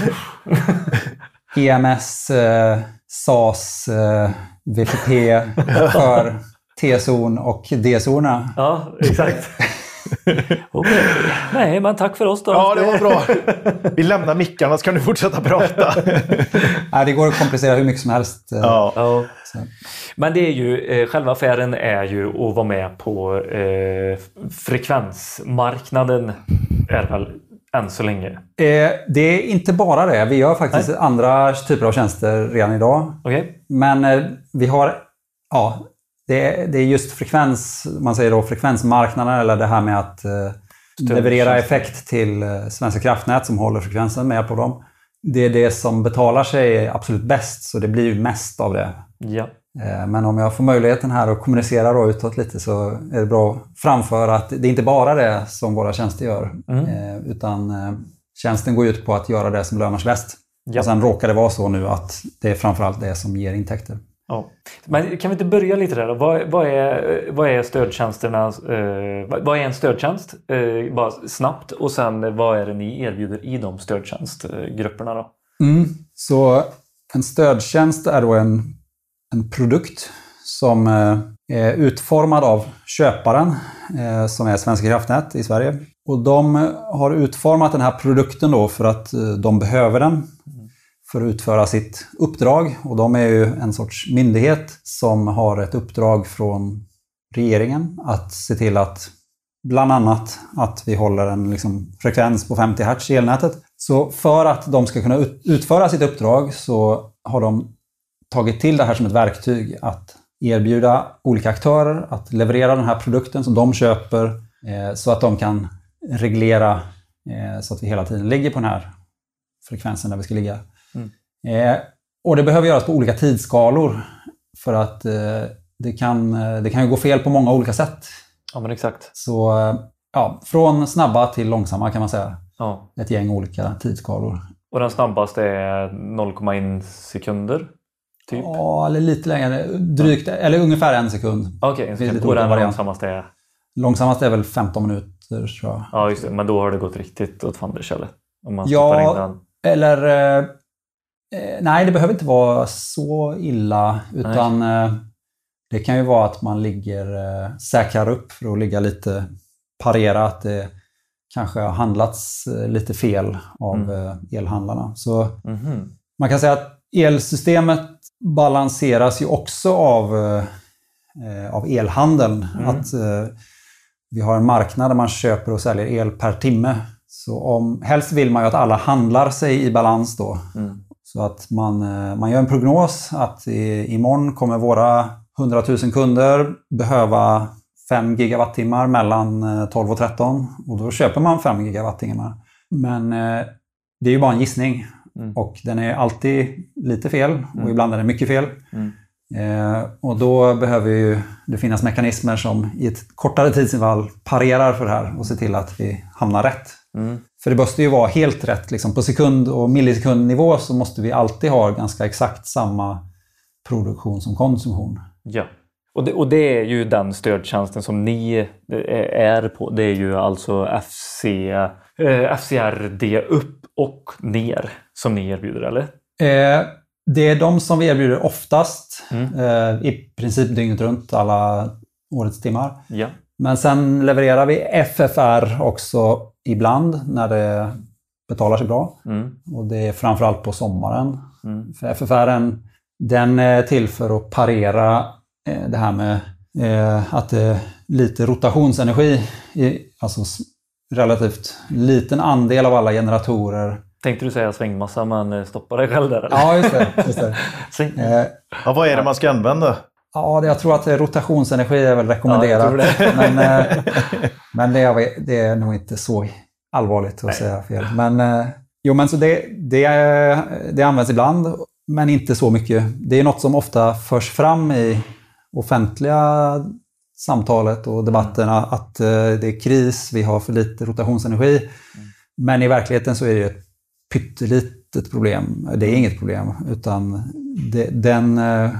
E M S, uh, S A S, uh, V P P för T-zon och D-zonerna. Ja, exakt. Okej. Nej, men tack för oss då. Ja, det var bra. Vi lämnar mickarna så kan du fortsätta prata. Nej, det går att komplicera hur mycket som helst. uh, Ja. Ja. så. Men det är ju, eh, själva affären är ju att vara med på eh, frekvensmarknaden är väl än så länge. Eh, det är inte bara det. Vi gör faktiskt andra typer av tjänster redan idag. Okej? Men eh, vi har, ja, det är, det är just frekvens, man säger då frekvensmarknaden, eller det här med att eh, leverera effekt till eh, Svenska kraftnät som håller frekvensen med på dem. Det är det som betalar sig absolut bäst, så det blir ju mest av det. Ja. Eh, men om jag får möjligheten här att kommunicera då utåt lite, så är det bra att framföra att det är inte bara det som våra tjänster gör. Mm. Eh, utan eh, tjänsten går ut på att göra det som lönar sig bäst. Ja. Och sen råkar det vara så nu att det är framförallt det som ger intäkter. Ja. Men kan vi inte börja lite där då? Vad, vad, är, vad är stödtjänsterna? Eh, vad- vad är en stödtjänst? Eh, bara snabbt. Och sen vad är det ni erbjuder i de stödtjänstgrupperna då? Mm. Så en stödtjänst är då en, en produkt som eh, eh, utformad av köparen eh, som är Svenska kraftnät i Sverige. Och de har utformat den här produkten då för att eh, de behöver den för att utföra sitt uppdrag. Och de är ju en sorts myndighet som har ett uppdrag från regeringen att se till att bland annat att vi håller en liksom, frekvens på femtio hertz i elnätet. Så för att de ska kunna ut- utföra sitt uppdrag så har de tagit till det här som ett verktyg att erbjuda olika aktörer att leverera den här produkten som de köper eh, så att de kan reglera eh, så att vi hela tiden ligger på den här frekvensen där vi ska ligga. Mm. Eh, och det behöver göras på olika tidsskalor för att eh, det, kan, det kan ju gå fel på många olika sätt. Ja, men exakt. Så ja, från snabba till långsamma kan man säga. Ja. Ett gäng olika tidsskalor. Och den snabbaste är noll komma ett sekunder? Typ. Ja, eller lite längre. Drygt, eller ungefär en sekund. Okej, okay, och den långsammaste är? Långsammaste är väl femton minuter, tror jag. Ja, just det. Men då har det gått riktigt åt fanders, eller? Om man ja, in den. eller... Eh, nej, det behöver inte vara så illa. Utan eh, det kan ju vara att man ligger eh, säkrar upp för att ligga lite parera. Att det kanske har handlats eh, lite fel av mm. eh, elhandlarna. Så mm-hmm. man kan säga att elsystemet balanseras ju också av, eh, av elhandeln. Mm. Att eh, vi har en marknad där man köper och säljer el per timme. Så om, helst vill man ju att alla handlar sig i balans då. Mm. Så att man, eh, man gör en prognos att i, imorgon kommer våra hundratusen kunder behöva fem gigawattimmar mellan tolv och tretton. Och då köper man fem gigawattimmar. Men eh, det är ju bara en gissning. Mm. Och den är alltid lite fel och mm. ibland är den mycket fel. Mm. Eh, och då behöver ju det finnas mekanismer som i ett kortare tidsintervall parerar för det här och ser till att vi hamnar rätt. Mm. För det måste ju vara helt rätt. Liksom på sekund- och millisekundnivå så måste vi alltid ha ganska exakt samma produktion som konsumtion. Ja, och det, och det är ju den stödtjänsten som ni är på. Det är ju alltså F C, eh, F C R D upp och ner som ni erbjuder, eller? Eh, det är de som vi erbjuder oftast. Mm. Eh, I princip dygnet runt alla årets timmar. Ja. Men sen levererar vi F F R också ibland när det betalar sig bra. Mm. Och det är framförallt på sommaren. Mm. För F F R den är till för att parera eh, det här med eh, att det är lite rotationsenergi. I, alltså relativt liten andel av alla generatorer. Tänkte du säga svängmassa, men stoppa dig själv där? Eller? Ja, just det. Just det. eh, ja, vad är det man ska använda? Ja, jag tror att rotationsenergi är väl rekommenderat. Ja, det. Men, eh, men det, är, det är nog inte så allvarligt att Nej. säga fel. Men, eh, jo, men så det, det, det används ibland, men inte så mycket. Det är något som ofta förs fram i offentliga samtalet och debatterna att eh, det är kris, vi har för lite rotationsenergi. Mm. Men i verkligheten så är det ett pyttelitet problem. Det är inget problem, utan det, den eh,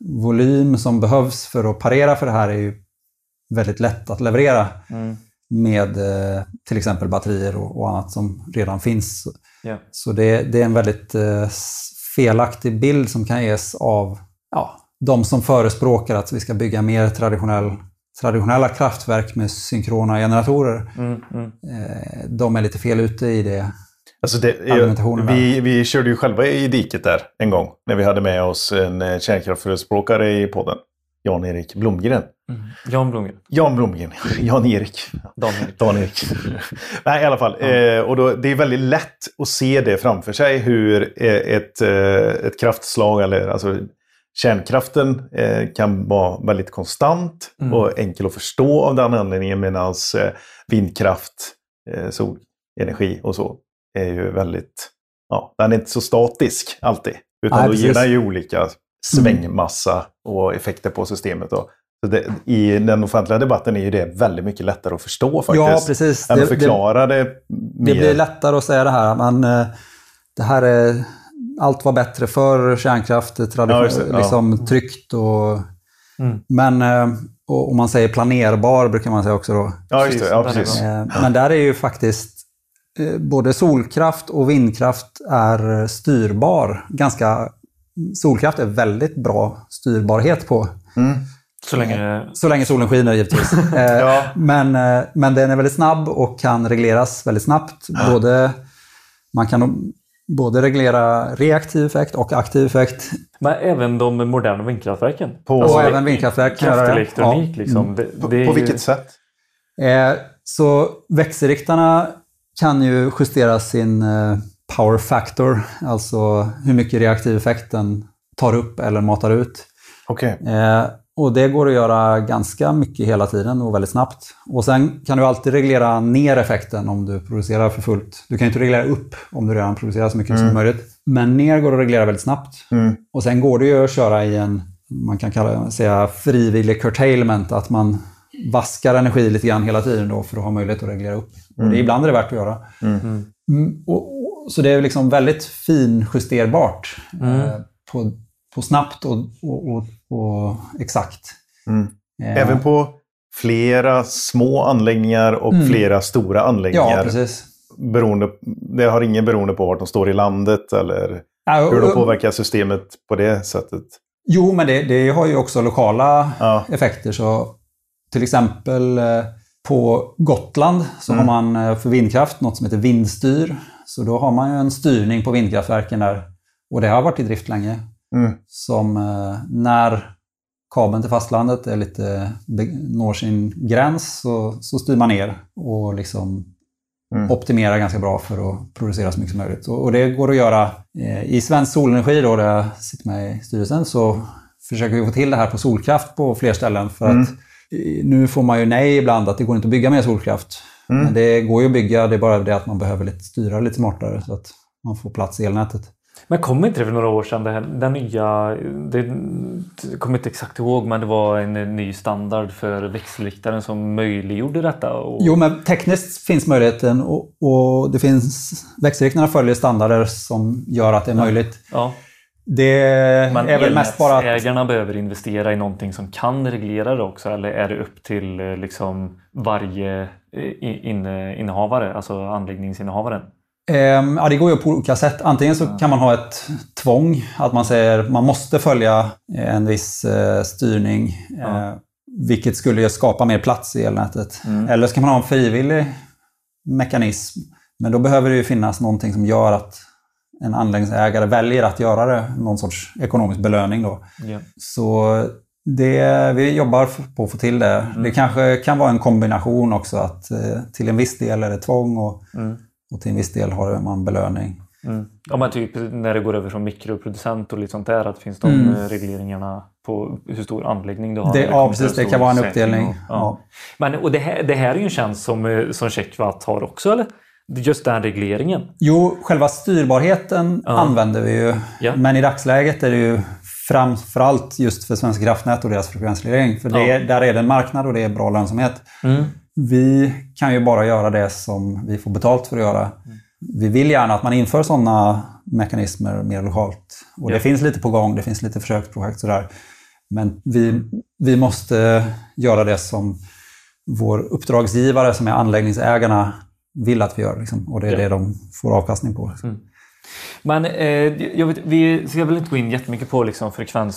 volym som behövs för att parera för det här är ju väldigt lätt att leverera mm. med eh, till exempel batterier och, och annat som redan finns. Yeah. Så det, det är en väldigt eh, felaktig bild som kan ges av ja, de som förespråkar att vi ska bygga mer traditionell, traditionella kraftverk med synkrona generatorer. Mm, mm. Eh, de är lite fel ute i det. Alltså det vi, vi körde ju själva i diket där en gång när vi hade med oss en kärnkraftförespråkare i podden. Jan-Erik Blomgren. Mm. Jan Blomgren. Jan Blomgren. Jan-Erik. Dan-Erik. Dan-Erik. Nej, i alla fall. Mm. Eh, och då, det är väldigt lätt att se det framför sig hur ett, ett kraftslag eller alltså kärnkraften eh, kan vara väldigt konstant mm. och enkel att förstå av den anledningen, medan eh, vindkraft, eh, solenergi och så är ju väldigt, ja, den är inte så statisk alltid. Utan Nej, då ger den ju olika svängmassa och effekter på systemet. Då. Så det, i den offentliga debatten är ju det väldigt mycket lättare att förstå faktiskt. Ja, precis. Än att förklara det, det mer. Det blir lättare att säga det här, men uh, det här är, allt var bättre för kärnkraft, tradition, ja, liksom ja. tryggt och mm. men uh, och, och man säger planerbar brukar man säga också då. Ja, just det. Ja, precis. Uh, men där är ju faktiskt både solkraft och vindkraft är styrbar. Ganska, solkraft är väldigt bra styrbarhet på. Mm. Så länge... Så länge solen skiner givetvis. Ja. men, men den är väldigt snabb och kan regleras väldigt snabbt. Både, man kan både reglera reaktiv effekt och aktiv effekt. Men även de moderna vindkraftverken? På, och även vindkraftverk. Kraftelektronik ja. liksom. Det, på, det är på ju... vilket sätt? Eh, så växelriktarna kan ju justera sin eh, power factor. Alltså hur mycket reaktiv effekt den tar upp eller matar ut. Okej. Okay. Eh, och det går att göra ganska mycket hela tiden och väldigt snabbt. Och sen kan du alltid reglera ner effekten om du producerar för fullt. Du kan inte reglera upp om du redan producerar så mycket mm. som möjligt. Men ner går att reglera väldigt snabbt. Mm. Och sen går det ju att köra i en, man kan kalla, säga frivillig curtailment. Att man vaskar energi lite grann hela tiden då för att ha möjlighet att reglera upp. Mm. Och det är ibland är det värt att göra. Mm. Mm. Och, och, så det är liksom väldigt finjusterbart mm. eh, på, på snabbt och, och, och, och exakt. Mm. Eh. Även på flera små anläggningar och mm. flera stora anläggningar. Ja, precis. Beroende, det har ingen beroende på vart de står i landet eller ja, hur de påverkar systemet på det sättet. Jo, men det, det har ju också lokala ja. effekter. Så till exempel eh, på Gotland så mm. har man eh, för vindkraft något som heter vindstyr. Så då har man ju en styrning på vindkraftverken där. Och det har varit i drift länge. Mm. Som eh, när kabeln till fastlandet är lite, når sin gräns så, så styr man ner och liksom mm. optimerar ganska bra för att producera så mycket som möjligt. Och, och det går att göra eh, i Svensk Solenergi då, där jag sitter med i styrelsen, så försöker vi få till det här på solkraft på fler ställen. För mm. att nu får man ju nej ibland att det går inte att bygga mer solkraft. Mm. Men det går ju att bygga, det är bara det att man behöver lite styra lite smartare så att man får plats i elnätet. Men kom inte det för några år sedan, det här, den nya, det, jag kommer inte exakt ihåg, men det var en ny standard för växelriktaren som möjliggjorde detta? Och... Jo, men tekniskt finns möjligheten och, och det finns, växelriktarna följer standarder som gör att det är möjligt. Ja. Det men är väl mest bara att ägarna behöver investera i någonting som kan reglera det också, eller är det upp till liksom varje inne, innehavare, alltså anläggningsinnehavaren? Ja, det går ju på olika sätt. Antingen så kan man ha ett tvång, att man säger man måste följa en viss styrning, ja. vilket skulle skapa mer plats i elnätet. Mm. Eller så kan man ha en frivillig mekanism, men då behöver det ju finnas någonting som gör att en anläggningsägare väljer att göra det, någon sorts ekonomisk belöning då. Ja. Så det, vi jobbar på att få till det. Mm. Det kanske kan vara en kombination också, att till en viss del är det tvång och mm. och till en viss del har man belöning. Mm. Ja, men typ när det går över från mikroproducent och lite sånt där, att finns de mm. regleringarna på hur stor anläggning du har? Det, ja, precis. Det kan vara en uppdelning. Och, ja. Ja. Men, och det här, det här är ju en tjänst som, som Checkwatt har också, eller? Just den regleringen. Jo, själva styrbarheten ja. använder vi ju. Ja. Men i dagsläget är det ju framförallt just för Svenska kraftnät och deras frekvensreglering. För det, ja. där är det en marknad och det är bra lönsamhet. Mm. Vi kan ju bara göra det som vi får betalt för att göra. Mm. Vi vill gärna att man inför sådana mekanismer mer lokalt. Och ja. det finns lite på gång, det finns lite försöksprojekt sådär. Men vi, vi måste göra det som vår uppdragsgivare, som är anläggningsägarna, vill att vi gör. Liksom. Och det är ja. det de får avkastning på. Mm. Men eh, jag vet, vi ska väl inte gå in jättemycket på liksom,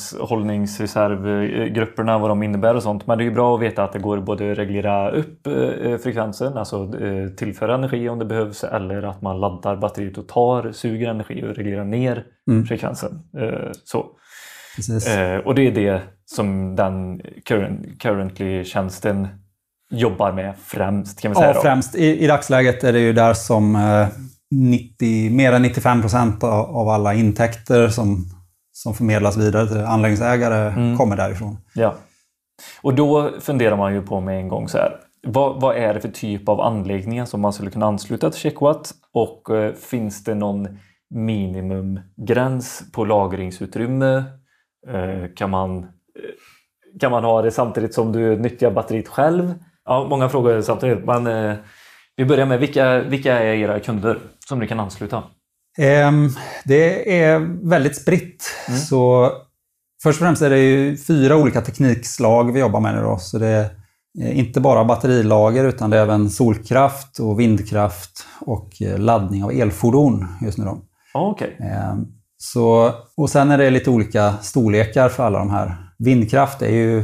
frekvenshållningsreservgrupperna, vad de innebär och sånt. Men det är ju bra att veta att det går både att reglera upp eh, frekvensen, alltså eh, tillföra energi om det behövs, eller att man laddar batteriet och tar, suger energi och reglerar ner mm. frekvensen. Eh, så. Eh, och det är det som den current, currently-tjänsten jobbar med främst, kan vi säga. Ja, då. främst. I, I dagsläget är det ju där som eh, nittio, mer än nittiofem procent av, av alla intäkter som, som förmedlas vidare till anläggningsägare mm. kommer därifrån. Ja. Och då funderar man ju på med en gång så här. Vad, vad är det för typ av anläggningar som man skulle kunna ansluta till Checkwatt? Och eh, finns det någon minimumgräns på lagringsutrymme? Eh, kan man, eh, kan man ha det samtidigt som du nyttjar batteriet själv? Ja, många frågor samtidigt. Men eh, vi börjar med vilka, vilka är era kunder som ni kan ansluta? Um, det är väldigt spritt. Mm. Så först och främst är det ju fyra olika teknikslag vi jobbar med nu då. Så det är inte bara batterilager utan det är även solkraft och vindkraft och laddning av elfordon just nu då. Okay. Um, så, och sen är det lite olika storlekar för alla de här. Vindkraft är ju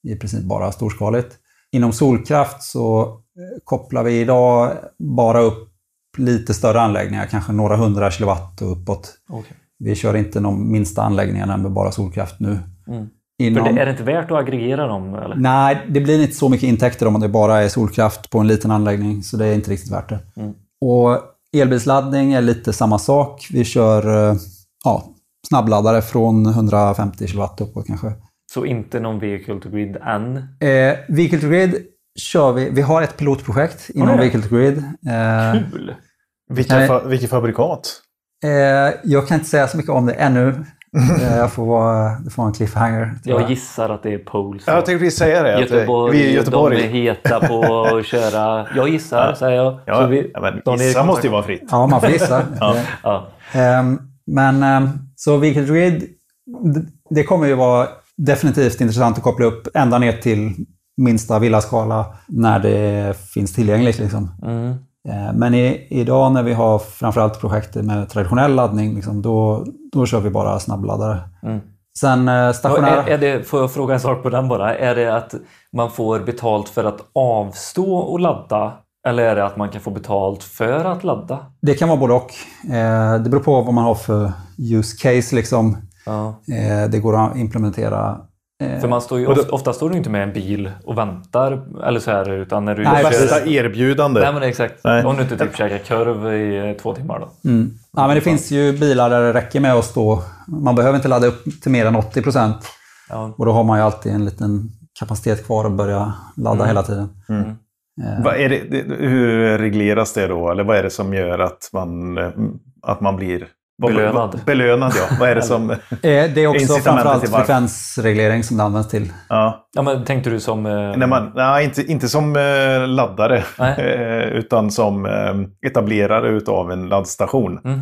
i princip bara storskaligt. Inom solkraft så kopplar vi idag bara upp lite större anläggningar, kanske några hundra kilowatt och uppåt. Okay. Vi kör inte de minsta anläggningarna med bara solkraft nu. Mm. Inom... För det, är det inte värt att aggregera dem? Eller? Nej, det blir inte så mycket intäkter om det bara är solkraft på en liten anläggning, så det är inte riktigt värt det. Mm. Och elbilsladdning är lite samma sak. Vi kör ja, snabbladdare från hundrafemtio kilowatt uppåt kanske. Så inte någon vehicle to grid än? Eh, vehicle to grid kör vi. Vi har ett pilotprojekt inom oh, vehicle to grid. Eh, Kul! Vilka, Nej. fa- vilka fabrikat? Eh, jag kan inte säga så mycket om det ännu. eh, jag får vara, det får vara en cliffhanger. Jag gissar att det är Poles. Jag tänkte precis säga det. Göteborg, vi är i Göteborg. De är heta på att köra. Jag gissar, ja. säger jag. Ja, Så vi, ja, men gissa måste ju vara fritt. Ja, man får gissa. ja. Ja. Eh, men eh, så vehicle to grid, det, det kommer ju vara definitivt intressant att koppla upp ända ner till minsta villaskala när det finns tillgängligt. Liksom. Mm. Men i, idag när vi har framförallt projekt med traditionell laddning, liksom, då, då kör vi bara snabbladdare. Mm. Sen stationära... Är, är det, får jag fråga en sak på den bara? Är det att man får betalt för att avstå och ladda? Eller är det att man kan få betalt för att ladda? Det kan vara både och. Det beror på vad man har för use case. Liksom. Ja. Det går att implementera. För man står ju, ofta, ofta står du inte med en bil och väntar eller så här, utan när du Nej, kör... bästa erbjudande. Nej, men exakt. Nej. Om du inte typ käkar korv i två timmar då. Mm. Ja, men det finns ju bilar där det räcker med att stå. Man behöver inte ladda upp till mer än åttio procent. Ja. Och då har man ju alltid en liten kapacitet kvar att börja ladda Mm. hela tiden. Mm. Eh. Vad är det, hur regleras det då? Eller vad är det som gör att man, att man blir... Belönad. Belönad, ja. Vad är det som... Det är också framförallt frekvensreglering som det används till. Ja. Ja, men tänkte du som... Eh... Nej, man, nej inte, inte som eh, laddare. Eh, utan som eh, etablerare utav en laddstation. Mm.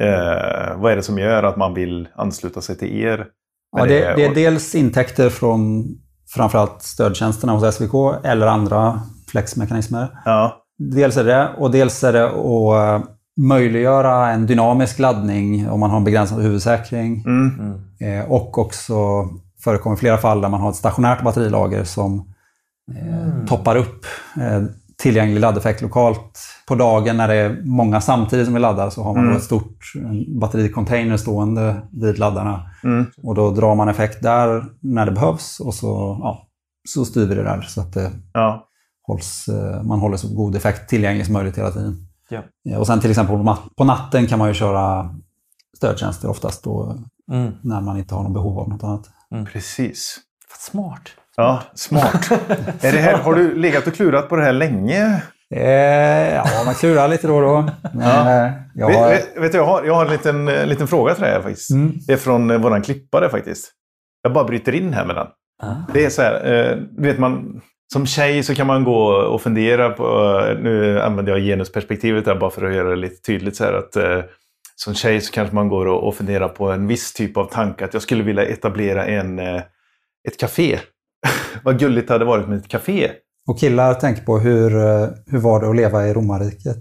Eh, vad är det som gör att man vill ansluta sig till er? Ja, det, det är dels intäkter från framförallt stödtjänsterna hos S V K eller andra flexmekanismer. Ja. Dels är det, och dels är det att möjliggöra en dynamisk laddning om man har en begränsad huvudsäkring. Mm. Mm. Eh, och också förekommer flera fall där man har ett stationärt batterilager som eh, mm. toppar upp eh, tillgänglig laddeffekt lokalt. På dagen när det är många samtidigt som vi laddar så har man mm. då ett stort battericontainer stående vid laddarna. Mm. Och då drar man effekt där när det behövs och så, ja, så styr vi det där så att det ja. hålls, man håller så god effekt tillgänglig som möjligt hela tiden. Ja. Och sen till exempel på natten kan man ju köra stödtjänster oftast då mm. när man inte har någon behov av något annat. Mm. Precis. Vad smart. Ja, smart. är det här, har du legat och klurat på det här länge? Eh, ja, man klurar lite då och då. Men, ja. jag, har... vet, vet du, jag, har, jag har en liten, liten fråga till dig faktiskt. Mm. Det är från våran klippare faktiskt. Jag bara bryter in här med den. Ah. Det är så här, eh, vet man... Som tjej så kan man gå och fundera på, nu använder jag genusperspektivet där bara för att göra det lite tydligt så här att eh, som tjej så kanske man går och, och funderar på en viss typ av tanke att jag skulle vilja etablera en, eh, ett café. Vad gulligt det hade varit med ett café. Och killar tänker på hur, hur var det att leva i romarriket?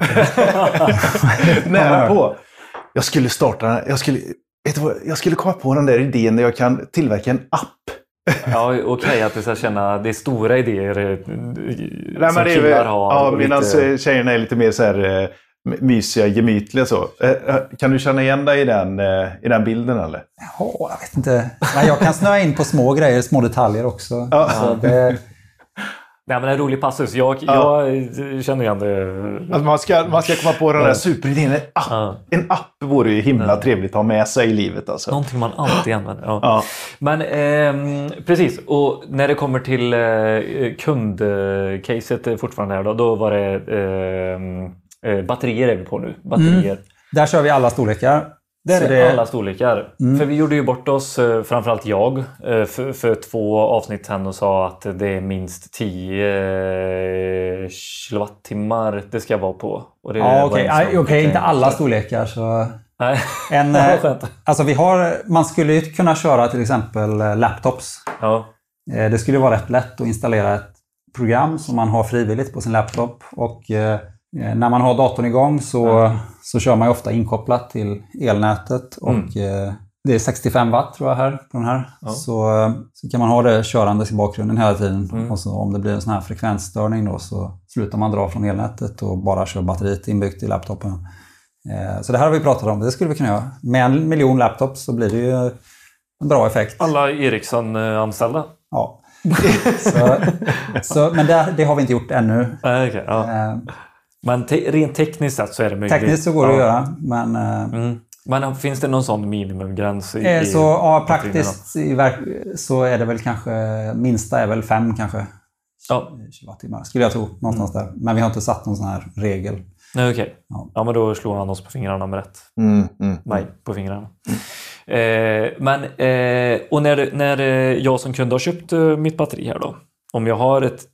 Nära på. Jag skulle starta, jag skulle, vet du vad, jag skulle komma på den där idén där jag kan tillverka en app. Ja, okej okay, att du ska känna det är stora idéer Nej, som det är, killar har. Ja, medan lite... tjejerna är lite mer så här mysiga, gemytliga så. Kan du känna igen dig i den, i den bilden eller? Ja, jag vet inte. Nej, jag kan snöa in på små grejer, små detaljer också. Ja. Så det... Nej, men en rolig passus. Jag, ja. jag känner igen det. Alltså man, ska, man ska komma på den där superidén. En app, ja. en app vore ju himla ja. trevligt att ha med sig i livet. Alltså. Någonting man alltid använder. Ja. Ja. Men eh, precis. Och när det kommer till eh, kundcaset fortfarande här då, då var det eh, batterier är vi på nu. Batterier. Mm. Där kör vi alla storlekar. Det är det... alla storlekar. Mm. För vi gjorde ju bort oss, framförallt jag, för, för två avsnitt sen och sa att det är minst tio kilowattimmar det ska vara på. Och det ja, okej. Okay. Okay, inte alla storlekar. Så... Nej. En, alltså vi har, man skulle ju kunna köra till exempel laptops. Ja. Det skulle vara rätt lätt att installera ett program som man har frivilligt på sin laptop. Och när man har datorn igång så, mm. så kör man ju ofta inkopplat till elnätet och mm. det är sextiofem watt tror jag här på den här. Ja. Så, så kan man ha det körandes i bakgrunden hela tiden. Mm. Och så om det blir en sån här frekvensstörning då så slutar man dra från elnätet och bara kör batteriet inbyggt i laptopen. Eh, så det här har vi pratat om, det skulle vi kunna göra. Med en miljon laptops så blir det ju en bra effekt. Alla Ericsson-anställda? Ja. så, så, men det, det har vi inte gjort ännu. Äh, okay, ja. Eh, men te- rent tekniskt sett så är det möjligt. tekniskt så går det ja. att göra, men... Eh, Mm. Men finns det någon sån minimumgräns? I, eh, så i ja, praktiskt i verk- så är det väl kanske... Minsta är väl fem kanske. Ja. Kilowattimmar, skulle jag tro. Någonstans mm. där. Men vi har inte satt någon sån här regel. Nej, okej. Okay. Ja. Ja, men då slår han oss på fingrarna med rätt. Mm, mm, Mig på fingrarna. Mm. Eh, men, eh, och när, när jag som kund har köpt uh, mitt batteri här då. Om jag har ett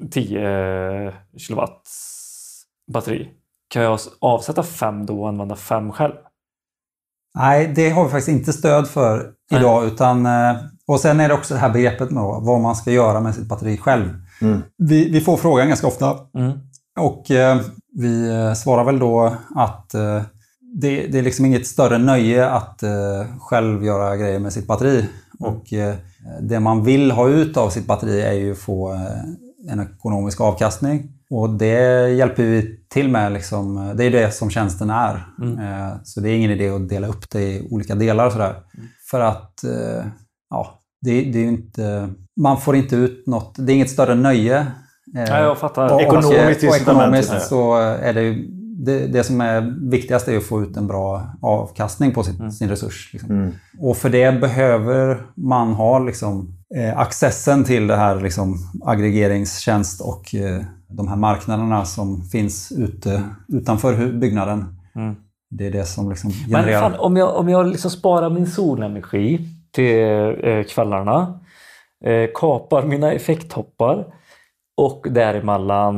tio kilowatt batteri. Kan jag avsätta fem då och använda fem själv? Nej, det har vi faktiskt inte stöd för idag. Utan, och sen är det också det här begreppet med vad man ska göra med sitt batteri själv. Mm. Vi, vi får frågan ganska ofta. Mm. Och eh, vi svarar väl då att eh, det, det är liksom inget större nöje att eh, själv göra grejer med sitt batteri. Mm. Och eh, det man vill ha ut av sitt batteri är ju få eh, en ekonomisk avkastning. Och det hjälper vi till med. Liksom, det är det som tjänsten är. Mm. Eh, så det är ingen idé att dela upp det i olika delar. Och sådär. Mm. För att eh, ja, det, det är ju inte... Man får inte ut något. Det är inget större nöje. Eh, ja, jag fattar. Och, ekonomiskt och, och ekonomiskt ja. så är det ju... Det, det som är viktigast är att få ut en bra avkastning på sin, mm. sin resurs. Liksom. Mm. Och för det behöver man ha liksom, eh, accessen till det här liksom, aggregeringstjänst och eh, de här marknaderna som finns ute, utanför byggnaden. Mm. Det är det som liksom genererar... Men fan, om jag, om jag liksom sparar min solenergi till eh, kvällarna, eh, kapar mina effekttoppar och däremellan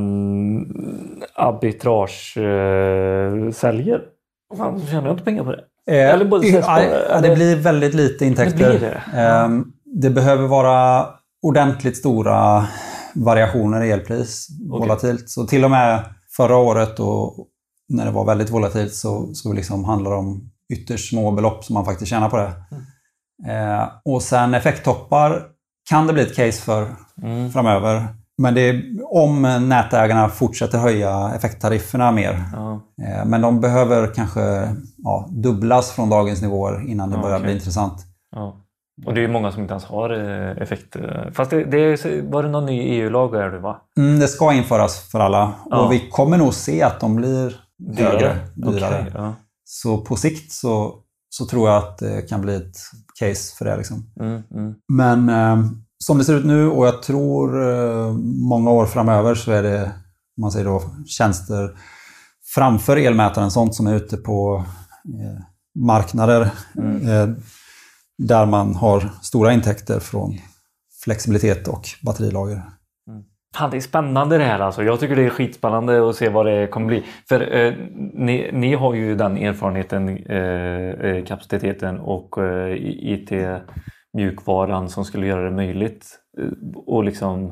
arbitrage eh, säljer. Fan, tjänar jag inte pengar på det? Eh, Eller både ja, ja, det blir väldigt lite intäkter. Det, blir det. Eh, det behöver vara ordentligt stora variationer i elpris. Okay. Volatilt. Så till och med förra året och när det var väldigt volatilt så, så liksom handlar det om ytterst små belopp som man faktiskt tjänar på det. Mm. Eh, och sen effekttoppar kan det bli ett case för mm. framöver. Men det är om nätägarna fortsätter höja effekttarifferna mer. Ja. Men de behöver kanske ja, dubblas från dagens nivåer innan det ja, börjar okay. bli intressant. Ja. Och det är många som inte ens har effekt. Fast det, det var det någon ny E U-lag är det va? Mm, det ska införas för alla. Ja. Och vi kommer nog se att de blir högre, dyrare. Okay, ja. Så på sikt så, så tror jag att det kan bli ett case för det. Liksom. Mm, mm. Men... Eh, som det ser ut nu och jag tror eh, många år framöver så är det man säger då, tjänster framför elmätaren, sånt som är ute på eh, marknader mm. eh, där man har stora intäkter från flexibilitet och batterilager. Mm. Fan, det är spännande det här alltså. Jag tycker det är skitspännande att se vad det kommer bli. För eh, ni, ni har ju den erfarenheten, eh, kapaciteten och eh, I T mjukvaran som skulle göra det möjligt att liksom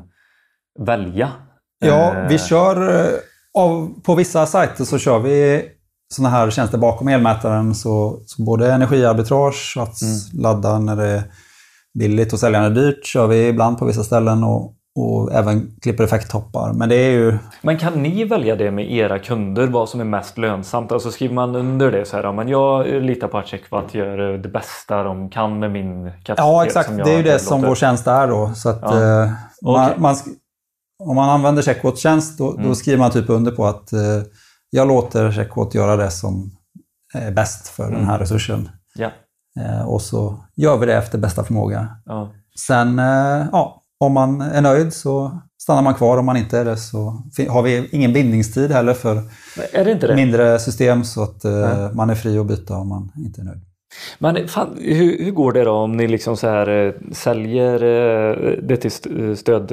välja. Ja, vi kör av, på vissa sajter så kör vi såna här tjänster bakom elmätaren så, så både energiarbitrage, att mm. ladda när det är billigt och sälja när det är dyrt kör vi ibland på vissa ställen och, och även klipper effekttoppar. Men det är ju... Men kan ni välja det med era kunder, vad som är mest lönsamt? Alltså skriver man under det så här, men jag litar på att Checkwatt gör det bästa de kan med min kapacitet. Ja, exakt. Det är ju det låter. Som vår tjänst är då. Så att, ja. eh, man, okay. man, om man använder Checkwatt tjänst då, mm. då skriver man typ under på att eh, jag låter Checkwatt göra det som är bäst för mm. den här resursen. Ja. Eh, och så gör vi det efter bästa förmåga. Ja. Sen, eh, ja, om man är nöjd så stannar man kvar. Om man inte är det så har vi ingen bindningstid heller för är det inte det? Mindre system så att eh, man är fri att byta om man inte är nöjd. Men fan, hur, hur går det då om ni liksom så här eh, säljer eh, det till stöd,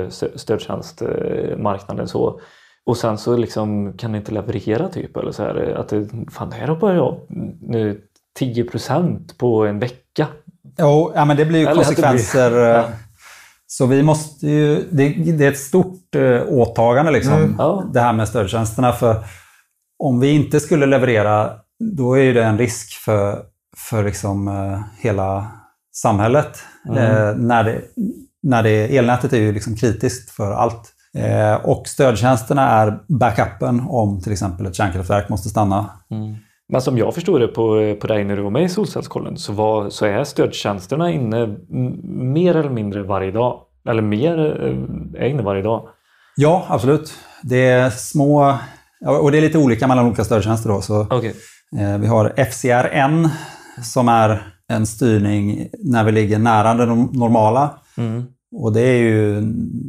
stödtjänstmarknaden så och sen så liksom kan ni inte leverera typ eller så här att det, fan det här hoppar jag nu tio procent på en vecka. Jo, ja, men det blir ju eller konsekvenser. Blir, ja. Så vi måste ju, det, det är ett stort eh, åtagande liksom, mm. ja. Det här med stödtjänsterna. För om vi inte skulle leverera, då är det en risk för, för liksom, eh, hela samhället. Mm. Eh, när det, när det, elnätet är ju liksom kritiskt för allt. Eh, och stödtjänsterna är backupen om till exempel ett kärnkraftverk måste stanna. Mm. Men som jag förstod det på, på dig när du var med i Solcellskollen så, var, så är stödtjänsterna inne m- mer eller mindre varje dag. Eller mer eh, är inne varje dag. Ja, absolut. Det är små, och det är lite olika mellan olika stödtjänster då. Så, Okay. eh, vi har F C R N som är en styrning när vi ligger nära det normala. Mm. Och det är ju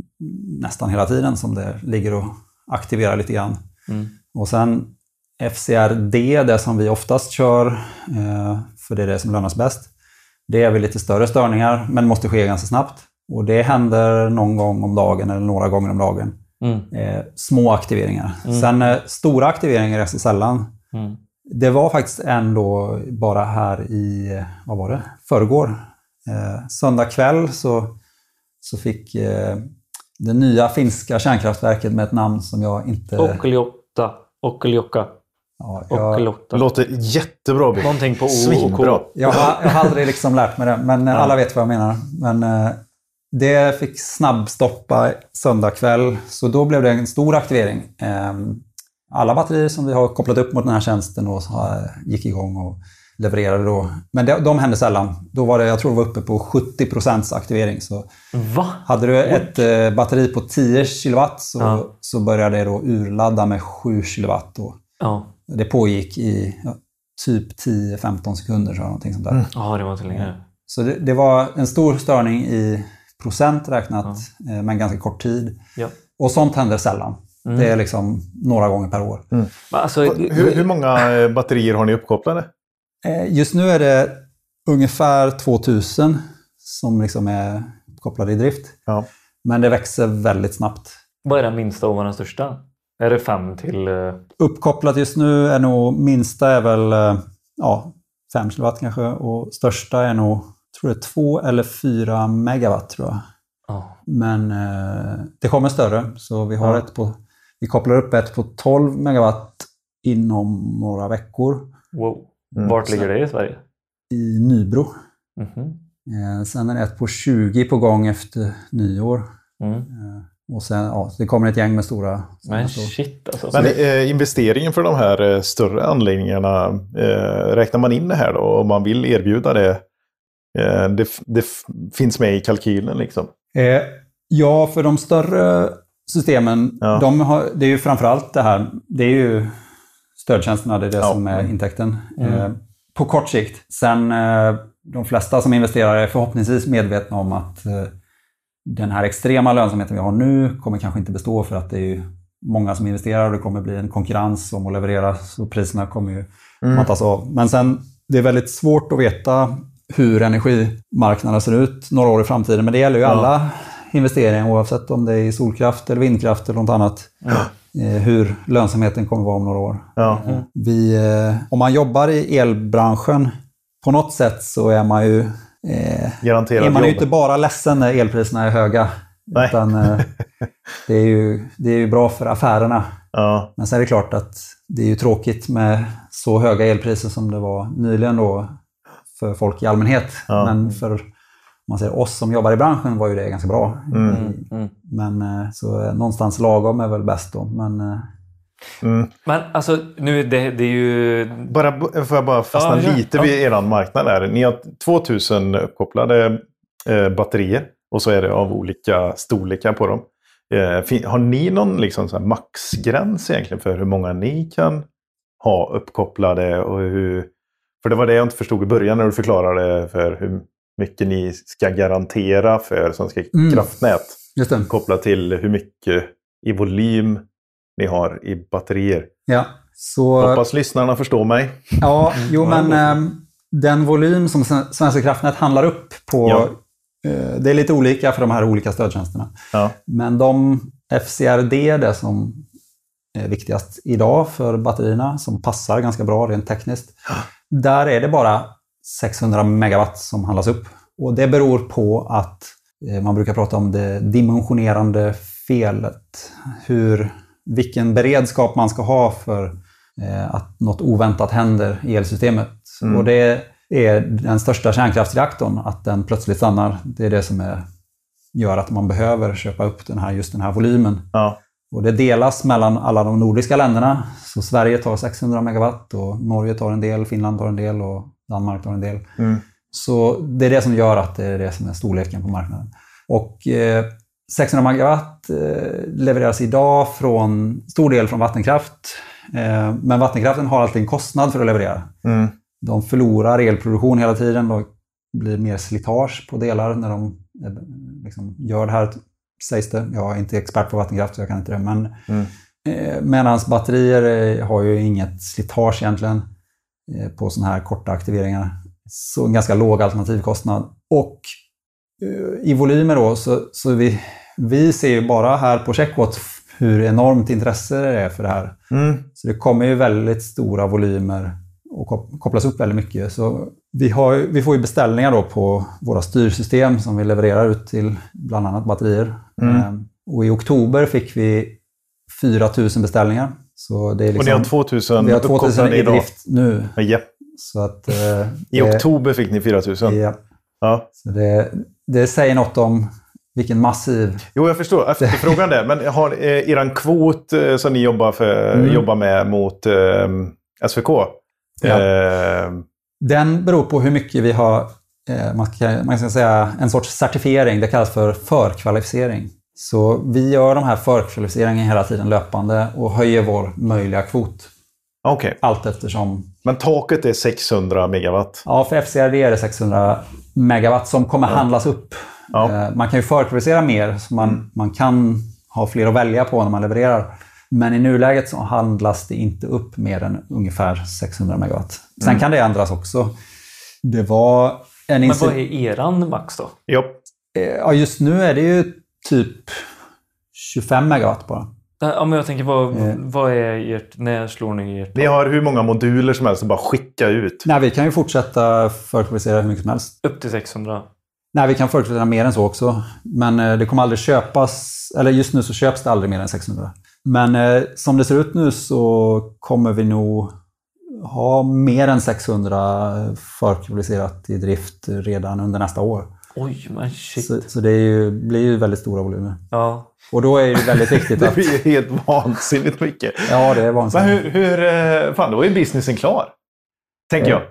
nästan hela tiden som det ligger och aktiverar lite grann. Mm. Och sen F C R D, det som vi oftast kör, eh, för det är det som lönas bäst. Det är väl lite större störningar, men måste ske ganska snabbt. Och det händer någon gång om dagen eller några gånger om dagen. Mm. Eh, små aktiveringar. Mm. Sen eh, stora aktiveringar är så sällan. Mm. Det var faktiskt ändå bara här i, vad var det? Förrgår. Eh, söndag kväll så, så fick eh, det nya finska kärnkraftverket med ett namn som jag inte... Okkeliotta. Okkelioka. Ja, jag, Okkelotta. Låter jättebra. Bill. Någonting på O och Svinbra. K. jag, har, jag har aldrig liksom lärt mig det, men Ja. alla vet vad jag menar. Men eh, det fick snabbstoppa söndag kväll, så då blev det en stor aktivering. Eh, alla batterier som vi har kopplat upp mot den här tjänsten och så gick igång och levererade då. Men det, de hände sällan. Då var det, jag tror det var uppe på sjuttio procent aktivering. Så Va? hade du ett eh, batteri på tio kilowatt så, Ja. så började det då urladda med sju kilowatt. Då. Ja. Det pågick i ja, typ tio till femton sekunder. Så någonting sånt där. Mm. Ja, det var inte länge. Så det, det var en stor störning i procent räknat, eh, men ganska kort tid. Ja. Och sånt händer sällan. Mm. Det är liksom några gånger per år. Men alltså, Hur, hur många eh, batterier har ni uppkopplade? Eh, just nu är det ungefär tvåtusen som liksom är kopplade i drift. Ja. Men det växer väldigt snabbt. vad är den minsta och vad är den största? Är det fem till... eh, Uppkopplat just nu är nog minsta är väl eh, ja, fem kilowatt kanske. Och största är nog, tror jag, två eller fyra megawatt tror jag. Ja. Men eh, det kommer större. Så vi har Ja. ett på, vi kopplar upp ett på tolv megawatt inom några veckor Wow. Mm. Vart ligger det i Sverige? i Nybro. Mhm. Eh, sen är det ett på tjugo på gång efter nyår. Mm. Eh, och sen, ja, det kommer ett gäng med stora. Men så- shit alltså. Men eh, investeringen för de här eh, större anläggningarna, eh, räknar man in det här då? Om man vill erbjuda det? Eh, det f- det f- finns med i kalkylen liksom? Eh, ja, för de större systemen, Ja. de har, det är ju framförallt det här, det är ju stödtjänsterna, det är det Ja. som är intäkten. Mm. Eh, på kort sikt. Sen eh, de flesta som investerar är förhoppningsvis medvetna om att eh, den här extrema lönsamheten vi har nu kommer kanske inte bestå, för att det är ju många som investerar och det kommer bli en konkurrens om att leverera, så priserna kommer ju Mm. mattas av. Men sen, det är väldigt svårt att veta hur energimarknaden ser ut några år i framtiden, men det gäller ju Ja. alla investeringar, oavsett om det är i solkraft eller vindkraft eller något annat. Eh, hur lönsamheten kommer vara om några år. Ja. Vi, eh, om man jobbar i elbranschen, på något sätt så är man ju eh, Garanterat är man ju jobb. inte bara ledsen när elpriserna är höga. Nej. Utan eh, det, är ju, det är ju bra för affärerna. Ja. Men sen är det klart att det är ju tråkigt med så höga elpriser som det var nyligen då för folk i allmänhet. Ja. Men för om man säger, oss som jobbar i branschen var ju det ganska bra. Mm. Mm. Men eh, så eh, någonstans lagom är väl bäst då. Men eh, Mm. Men alltså, nu det, det är ju... Bara, får jag bara fastna Ja, ja. lite Ja. vid er marknad där. Ni har tvåtusen uppkopplade eh, batterier och så är det av olika storlekar på dem. Eh, fin- har ni någon liksom, så här maxgräns egentligen för hur många ni kan ha uppkopplade? Och hur, för det var det jag inte förstod i början när du förklarade för hur mycket ni ska garantera för Svenska Mm. kraftnät. just det. Kopplat till hur mycket i volym ni har i batterier. Ja, så... Hoppas lyssnarna förstår mig. Ja, jo Ja, men det eh, den volym som Sven- Svenska kraftnät handlar upp på, Ja. eh, det är lite olika för de här olika stödtjänsterna. Ja. Men de F C R D, det som är viktigast idag för batterierna, som passar ganska bra rent tekniskt, där är det bara sexhundra megawatt som handlas upp. Och det beror på att eh, man brukar prata om det dimensionerande felet. Hur, vilken beredskap man ska ha för eh, att något oväntat händer i elsystemet. Mm. Och det, är den största kärnkraftsreaktorn, att den plötsligt stannar. Det är det som är, gör att man behöver köpa upp den här, just den här volymen. Ja. Och det delas mellan alla de nordiska länderna. Så Sverige tar sexhundra megawatt och Norge tar en del, Finland tar en del och Danmark tar en del. Mm. Så det är det som gör att det är det som är storleken på marknaden. Och eh, sexhundra megawatt eh, levereras idag från stor del från vattenkraft. Eh, men vattenkraften har alltid en kostnad för att leverera. Mm. De förlorar elproduktion hela tiden. Det blir mer slitage på delar när de eh, liksom gör det här, sägs det. Jag är inte expert på vattenkraft så jag kan inte det. Men Mm. eh, medans batterier eh, har ju inget slitage egentligen eh, på sådana här korta aktiveringar. Så en ganska låg alternativkostnad. Och eh, i volymer då, så, så vi, vi ser ju bara här på Checkwatt hur enormt intresse det är för det här. Mm. Så det kommer ju väldigt stora volymer och kopplas upp väldigt mycket. Så vi, har, vi får ju beställningar då på våra styrsystem som vi levererar ut till bland annat batterier. Mm. Ehm, och i oktober fick vi fyra tusen beställningar. Så det är liksom, Och ni har tvåtusen vi har tvåtusen uppkopplade i idag. drift nu. Ja. Så att, eh, I det, oktober fick ni fyra tusen. Ja, Ja. så det, det säger något om vilken massiv... Jo, jag förstår. Efterfrågan det. Men har eh, eran kvot eh, som ni jobbar, för, Mm. jobbar med mot eh, S V K? Ja. Eh, Den beror på hur mycket vi har, eh, man, ska, man ska säga en sorts certifiering, det kallas för förkvalificering. Så vi gör de här förkvalificeringarna hela tiden löpande och höjer vår möjliga kvot. Okej. Okay. Allt eftersom... Men taket är sexhundra megawatt? Ja, för F C R D är det sexhundra megawatt som kommer Ja. handlas upp. Ja. Eh, man kan ju förkvalificera mer, så man, Mm. man kan ha fler att välja på när man levererar. Men i nuläget så handlas det inte upp mer än ungefär sexhundra megawatt. Sen Mm. kan det ändras också. Det var en Men inci- vad är eran max då? Ja. Eh, Ja, just nu är det ju typ tjugofem megawatt bara. Ja, men jag tänker, vad, Eh. vad är ert... När slår ni ert? Ni har hur många moduler som helst att bara skicka ut. Nej, vi kan ju fortsätta förkvalificera hur mycket som helst. Upp till sexhundra? Nej, vi kan förkvalificera mer än så också. Men eh, det kommer aldrig köpas, eller just nu så köps det aldrig mer än sexhundra. Men eh, som det ser ut nu så kommer vi nog ha mer än sexhundra förkvalificerat i drift redan under nästa år. Oj, men shit. Så, så det är ju, blir ju väldigt stora volymer. Ja. Och då är det väldigt viktigt Det att... blir ju helt vansinnigt mycket. Ja, det är Men vansinnigt. hur, hur... eh, Fan, då är businessen klar. Tänker jag.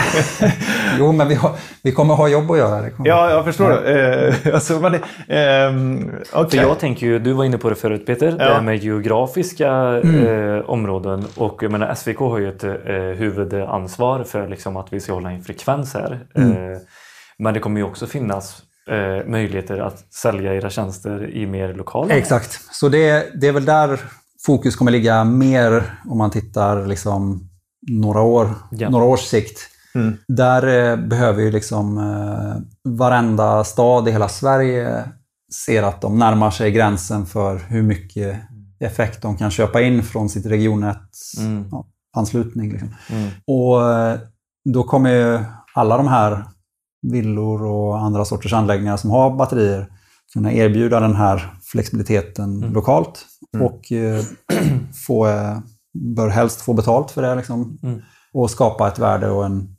Jo, men vi, har, vi kommer ha jobb att göra. Det kommer. Ja, jag förstår det. Eh, alltså, men det ehm, För okej. jag tänker ju, du var inne på det förut Peter, det Ja. här med geografiska Mm. eh, områden. Och jag menar, S V K har ju ett eh, huvudansvar för liksom, att vi ska hålla en frekvens här. Mm. Eh, men det kommer ju också finnas eh, möjligheter att sälja era tjänster i mer lokala. Exakt. Så det, det är väl där fokus kommer ligga mer om man tittar liksom några år, Ja. några års sikt. Mm. Där eh, behöver ju liksom eh, varenda stad i hela Sverige ser att de närmar sig gränsen för hur mycket effekt de kan köpa in från sitt regionnäts Mm. ja, anslutning. Liksom. Mm. Och eh, då kommer ju alla de här villor och andra sorters anläggningar som har batterier kunna erbjuda den här flexibiliteten Mm. lokalt Mm. och eh, få, eh, bör helst få betalt för det liksom, Mm. och skapa ett värde och en,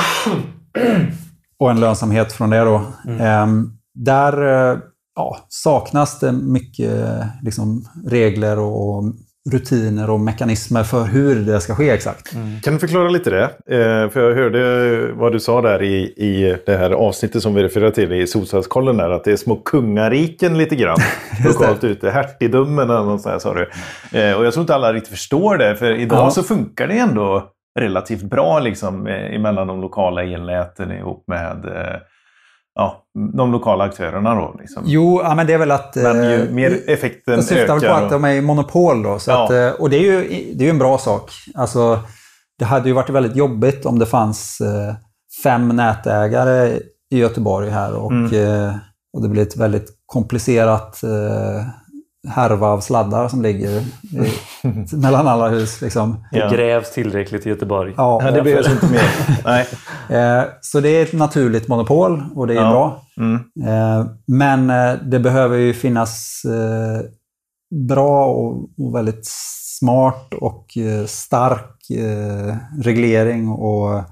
och en lönsamhet från det då. Mm. Ehm, där eh, ja, saknas det mycket liksom, regler och rutiner och mekanismer för hur det ska ske exakt. Mm. Kan du förklara lite det? Eh, för jag hörde vad du sa där i, i det här avsnittet som vi refererar till i Solcellskollen där, att det är små kungariken lite grann lokalt ute. Hertigdömen eller något sånt här, sa du. Eh, och jag tror inte alla riktigt förstår det, för idag Ja. så funkar det ändå relativt bra liksom, eh, emellan de lokala elnäten ihop med eh, ja, de lokala aktörerna då. Liksom. Jo, ja, men det är väl att... Men ju eh, mer effekten Jag syftar väl ökar. på att de är i monopol då. Så Ja. att, eh, och det är, ju, det är ju en bra sak. Alltså, det hade ju varit väldigt jobbigt om det fanns eh, fem nätägare i Göteborg här. Och, Mm. eh, och det blir ett väldigt komplicerat eh, härva av sladdar som ligger i, mellan alla hus. Liksom. Det Ja. grävs tillräckligt i Göteborg. Ja, Nej, det blir alltså inte mer. Nej. eh, så det är ett naturligt monopol och det är Ja. bra. Mm. Eh, men eh, det behöver ju finnas eh, bra och, och väldigt smart och eh, stark eh, reglering och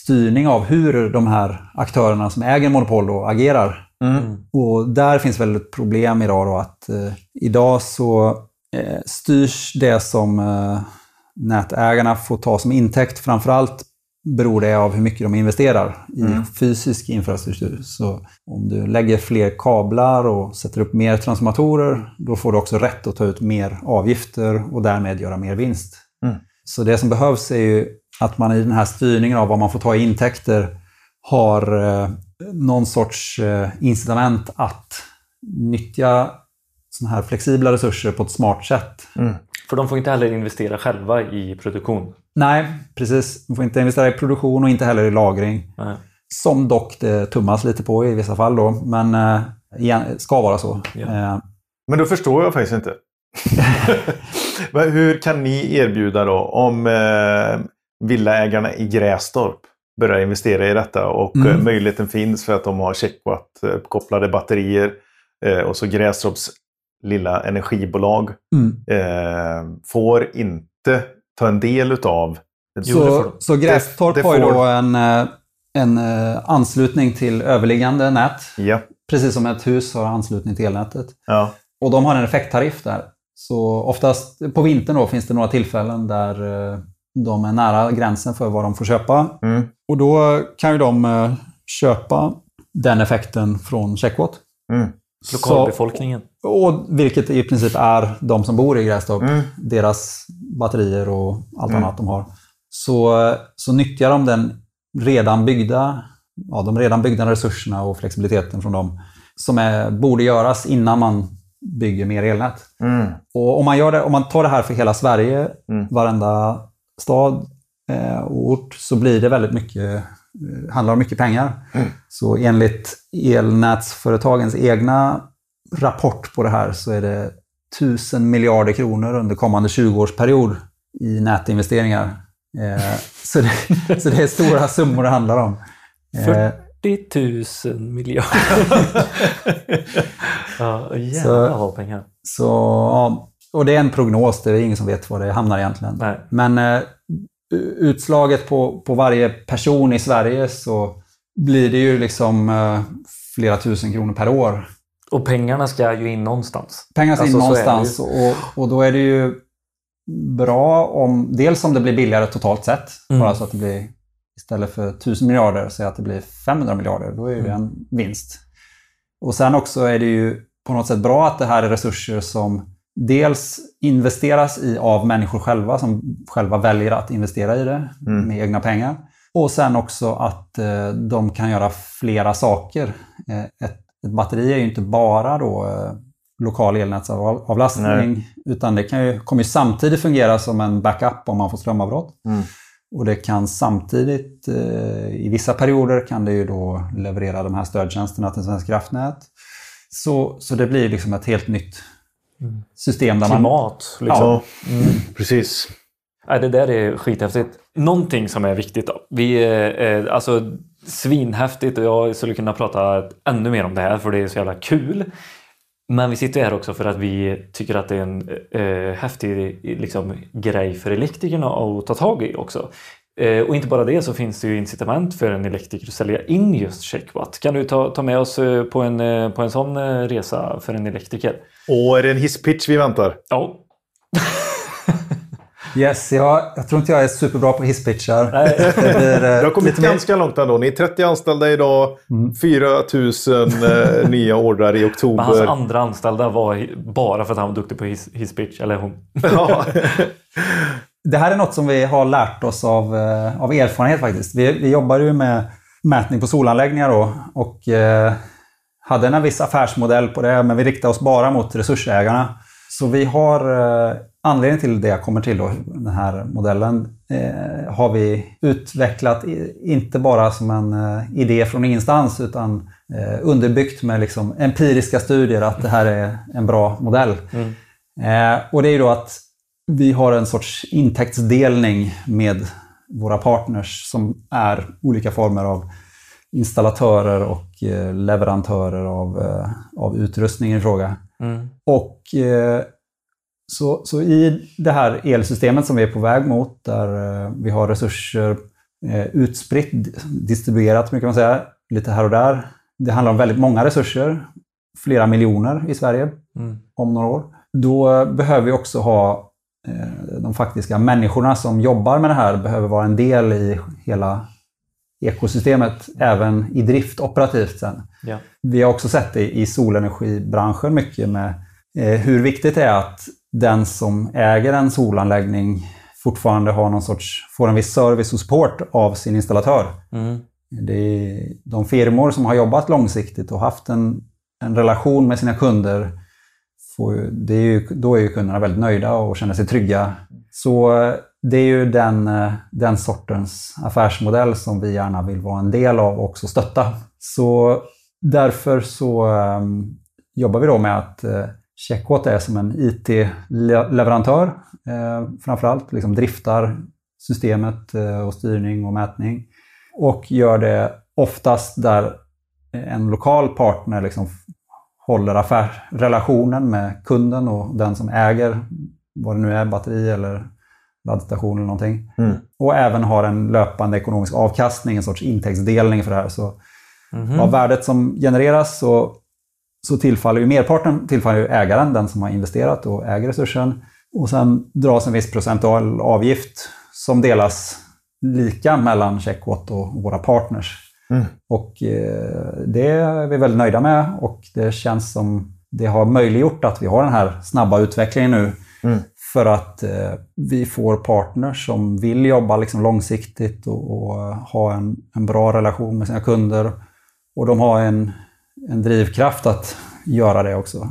styrning av hur de här aktörerna som äger monopol då agerar. Mm. Och där finns väl ett problem idag då att eh, idag så eh, styrs det som eh, nätägarna får ta som intäkt. Framförallt beror det av hur mycket de investerar i mm. fysisk infrastruktur. Så om du lägger fler kablar och sätter upp mer transformatorer, då får du också rätt att ta ut mer avgifter och därmed göra mer vinst. Mm. Så det som behövs är ju att man i den här styrningen av vad man får ta i intäkter har eh, någon sorts eh, incitament att nyttja såna här flexibla resurser på ett smart sätt. Mm. För de får inte heller investera själva i produktion. Nej, precis. De får inte investera i produktion och inte heller i lagring. Nej. Som dock det tummas lite på i vissa fall då. Men eh, igen, ska vara så. Ja. Eh, Men då förstår jag faktiskt inte. Hur kan ni erbjuda då om eh, villaägarna i Grästorp börjar investera i detta och mm. möjligheten finns för att de har checkwatt-kopplade batterier eh, och så Grästorps lilla energibolag mm. eh, får inte ta en del utav. Så, så Grästorp det, det har ju får... då en, en anslutning till överliggande nät. Ja. Precis som ett hus har anslutning till elnätet. Ja. Och de har en effekttariff där. Så oftast på vintern då finns det några tillfällen där de är nära gränsen för vad de får köpa. Mm. Och då kan ju de köpa den effekten från Checkwatt. Mm. Lokalbefolkningen. Så, och vilket i princip är de som bor i Grästorp. Mm. Deras batterier och allt Mm. annat de har. Så, så nyttjar de den redan byggda, ja, de redan byggda resurserna och flexibiliteten från dem som är, borde göras innan man bygger mer elnät. Mm. Och om man, gör det, om man tar det här för hela Sverige, Mm. varenda stad eh, och ort, så blir det väldigt mycket, eh, handlar om mycket pengar. Mm. Så enligt elnätsföretagens egna rapport på det här så är det tusen miljarder kronor under kommande tjugo-årsperiod i nätinvesteringar. Eh, så, det, så det är stora summor det handlar om. Eh, fyrtio tusen miljarder. Ja, jävla vad pengar. Så, ja, och det är en prognos, det är ingen som vet vad det hamnar egentligen. Nej. Men eh, utslaget på, på varje person i Sverige så blir det ju liksom eh, flera tusen kronor per år. Och pengarna ska ju in någonstans. Pengarna ska Alltså, in så någonstans och, och då är det ju bra om, dels om det blir billigare totalt sett, Mm. bara så att det blir istället för tusen miljarder så att det blir femhundra miljarder, då är det Mm. en vinst. Och sen också är det ju på något sätt bra att det här är resurser som dels investeras i av människor själva som själva väljer att investera i det Mm. med egna pengar. Och sen också att eh, de kan göra flera saker. Eh, ett, ett batteri är ju inte bara då eh, lokal elnätsavlastning, Nej. utan det kan ju, kommer ju samtidigt fungera som en backup om man får strömavbrott. Mm. Och det kan samtidigt, eh, i vissa perioder kan det ju då leverera de här stödtjänsterna till Svenska kraftnät. Så, så det blir liksom ett helt nytt system där man... Klimat. Liksom. Ja, mm. precis. Nej, det där är skithäftigt. Någonting som är viktigt då. Vi är alltså svinhäftigt och jag skulle kunna prata ännu mer om det här för det är så jävla kul. Men vi sitter här också för att vi tycker att det är en eh, häftig liksom, grej för elektrikerna att ta tag i också. Eh, och inte bara det, så finns det ju incitament för en elektriker att sälja in just Checkwatt. Kan du ta, ta med oss på en, på en sån resa för en elektriker? Och är det en hisspitch vi väntar? Ja. Yes, jag, jag tror inte jag är superbra på hisspitchar. Nej. Det blir, eh, Du har kommit lite ganska långt ändå. Ni är trettio anställda idag. Mm. fyra tusen eh, nya ordrar i oktober. Men hans andra anställda var bara för att han var duktig på his, hisspitch, eller hon. Ja. Det här är något som vi har lärt oss av, eh, av erfarenhet faktiskt. Vi, vi jobbar ju med mätning på solanläggningar då, och eh, hade en viss affärsmodell på det, men vi riktar oss bara mot resursägarna. Så vi har, eh, anledningen till det jag kommer till då, den här modellen, eh, har vi utvecklat i, inte bara som en eh, idé från ingenstans, utan eh, underbyggt med liksom empiriska studier att det här är en bra modell. Mm. Eh, och det är ju då att vi har en sorts intäktsdelning med våra partners som är olika former av installatörer och eh, leverantörer av, eh, av utrustningen i fråga. Mm. Och eh, så, så i det här elsystemet som vi är på väg mot, där eh, vi har resurser eh, utspritt, distribuerat mycket man säga, lite här och där. Det handlar om väldigt många resurser, flera miljoner i Sverige mm. om några år. Då behöver vi också ha eh, de faktiska människorna som jobbar med det här behöver vara en del i hela ekosystemet, även i drift operativt sen. Ja. Vi har också sett det i solenergibranschen mycket med eh, hur viktigt det är att den som äger en solanläggning fortfarande har någon sorts, får en viss service och support av sin installatör. Mm. Det är de firmor som har jobbat långsiktigt och haft en, en relation med sina kunder, får ju, det är ju, då är ju kunderna väldigt nöjda och känner sig trygga. Så det är ju den, den sortens affärsmodell som vi gärna vill vara en del av och också stötta. Så därför så um, jobbar vi då med att uh, Checkwatt är som en I T-leverantör. Uh, framförallt liksom driftar systemet uh, och styrning och mätning. Och gör det oftast där en lokal partner liksom håller affärsrelationen med kunden och den som äger vad det nu är, batteri eller laddstation eller någonting. Mm. Och även har en löpande ekonomisk avkastning, en sorts intäktsdelning för det här. Så mm-hmm. av värdet som genereras så, så tillfaller ju merparten tillfaller ju ägaren, den som har investerat och äger resursen. Och sen dras en viss procentual avgift som delas lika mellan Checkwatt och våra partners. Mm. Och eh, det är vi väldigt nöjda med och det känns som det har möjliggjort att vi har den här snabba utvecklingen nu. Mm. För att eh, vi får partners som vill jobba liksom långsiktigt och, och ha en, en bra relation med sina kunder. Och de har en, en drivkraft att göra det också.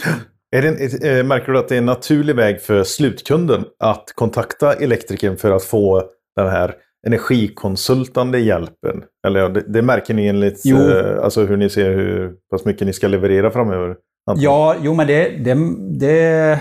Är det en, märker du att det är en naturlig väg för slutkunden att kontakta elektrikern för att få den här energikonsultande hjälpen? Eller det, det märker ni enligt eh, alltså hur ni ser hur pass mycket ni ska leverera framöver? Ja, jo men det, det, det,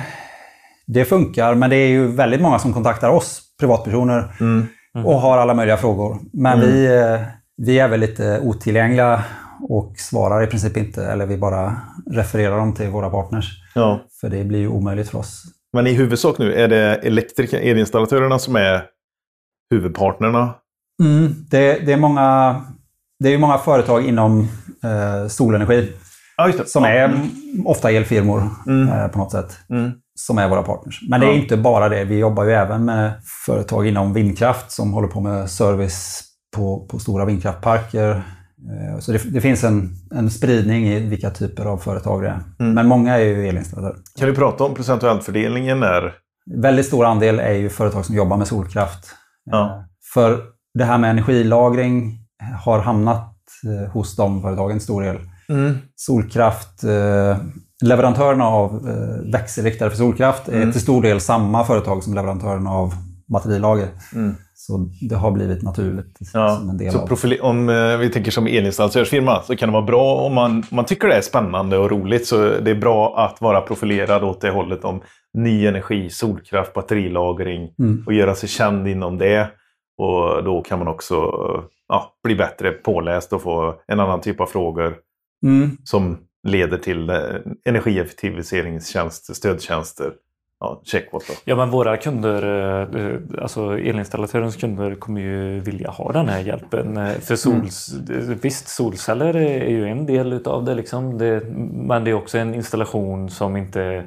det funkar. Men det är ju väldigt många som kontaktar oss, privatpersoner, mm. Mm. och har alla möjliga frågor. Men mm. vi, vi är väl lite otillgängliga och svarar i princip inte. Eller vi bara refererar dem till våra partners. Ja. För det blir ju omöjligt för oss. Men i huvudsak nu, är det elektriker, elinstallatörerna som är huvudpartnerna? Mm, det, det är många det är ju många företag inom eh, solenergi ja, just det. som är mm. ofta elfirmor mm. eh, på något sätt mm. som är våra partners. Men det är ja. inte bara det. Vi jobbar ju även med företag inom vindkraft som håller på med service på, på stora vindkraftparker. Eh, så det, det finns en, en spridning i vilka typer av företag det är. Mm. Men många är ju elinstallatörer. Kan du prata om procentuellt fördelningen där? Väldigt stor andel är ju företag som jobbar med solkraft. Ja. För det här med energilagring har hamnat hos de företagen stor del. Mm. Solkraft, eh, leverantörerna av eh, växelriktare för solkraft mm. är till stor del samma företag som leverantörerna av batterilager. Mm. Så det har blivit naturligt ja. som en del så av. Profil- om eh, vi tänker som elinstallatörsfirma så kan det vara bra om man, om man tycker det är spännande och roligt, så det är bra att vara profilerad åt det hållet om ny energi, solkraft, batterilagring mm. och göra sig känd inom det. Och då kan man också ja, bli bättre påläst och få en annan typ av frågor mm. som leder till energieffektiviseringstjänster, stödtjänster. Ja, Checkwatt då. Ja, men våra kunder, alltså elinstallatörens kunder kommer ju vilja ha den här hjälpen. För sols, mm. visst, solceller är ju en del av det, liksom. det. Men det är också en installation som inte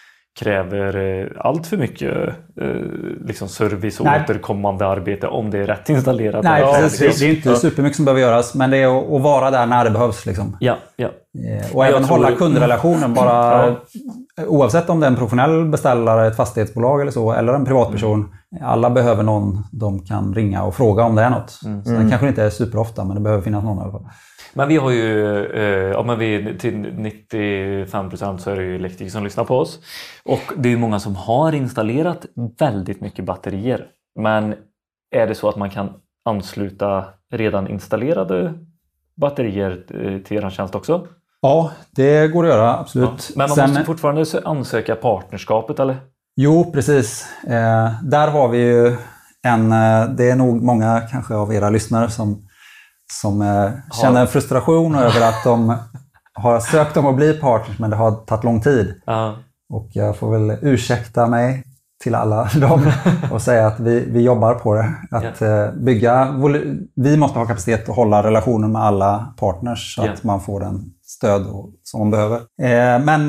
kräver allt för mycket liksom service och Nej. återkommande arbete om det är rätt installerat. Nej, ja, precis. Det är inte supermycket som behöver göras, men det är att vara där när det behövs. Liksom. Ja, ja. Och även hålla tror... kundrelationen, bara ja. oavsett om det är en professionell beställare, ett fastighetsbolag eller så, eller en privatperson. Mm. Alla behöver någon de kan ringa och fråga om det är något. Mm. Så det kanske inte är superofta, men det behöver finnas någon i alla fall. Men vi har ju, eh, ja, men vi, till nittiofem procent så är det ju elektriker som lyssnar på oss. Och det är ju många som har installerat väldigt mycket batterier. Men är det så att man kan ansluta redan installerade batterier till er tjänst också? Ja, det går att göra, absolut. Ja. Men man Sen, måste fortfarande ansöka partnerskapet, eller? Jo, precis. Eh, där har vi ju en, det är nog många kanske av era lyssnare som som eh, känner en frustration över att de har sökt om att bli partners, men det har tagit lång tid. Uh. Och jag får väl ursäkta mig till alla dem och säga att vi, vi jobbar på det. Att yeah. bygga, vi måste ha kapacitet att hålla relationen med alla partners så yeah. att man får den stöd som man behöver. Men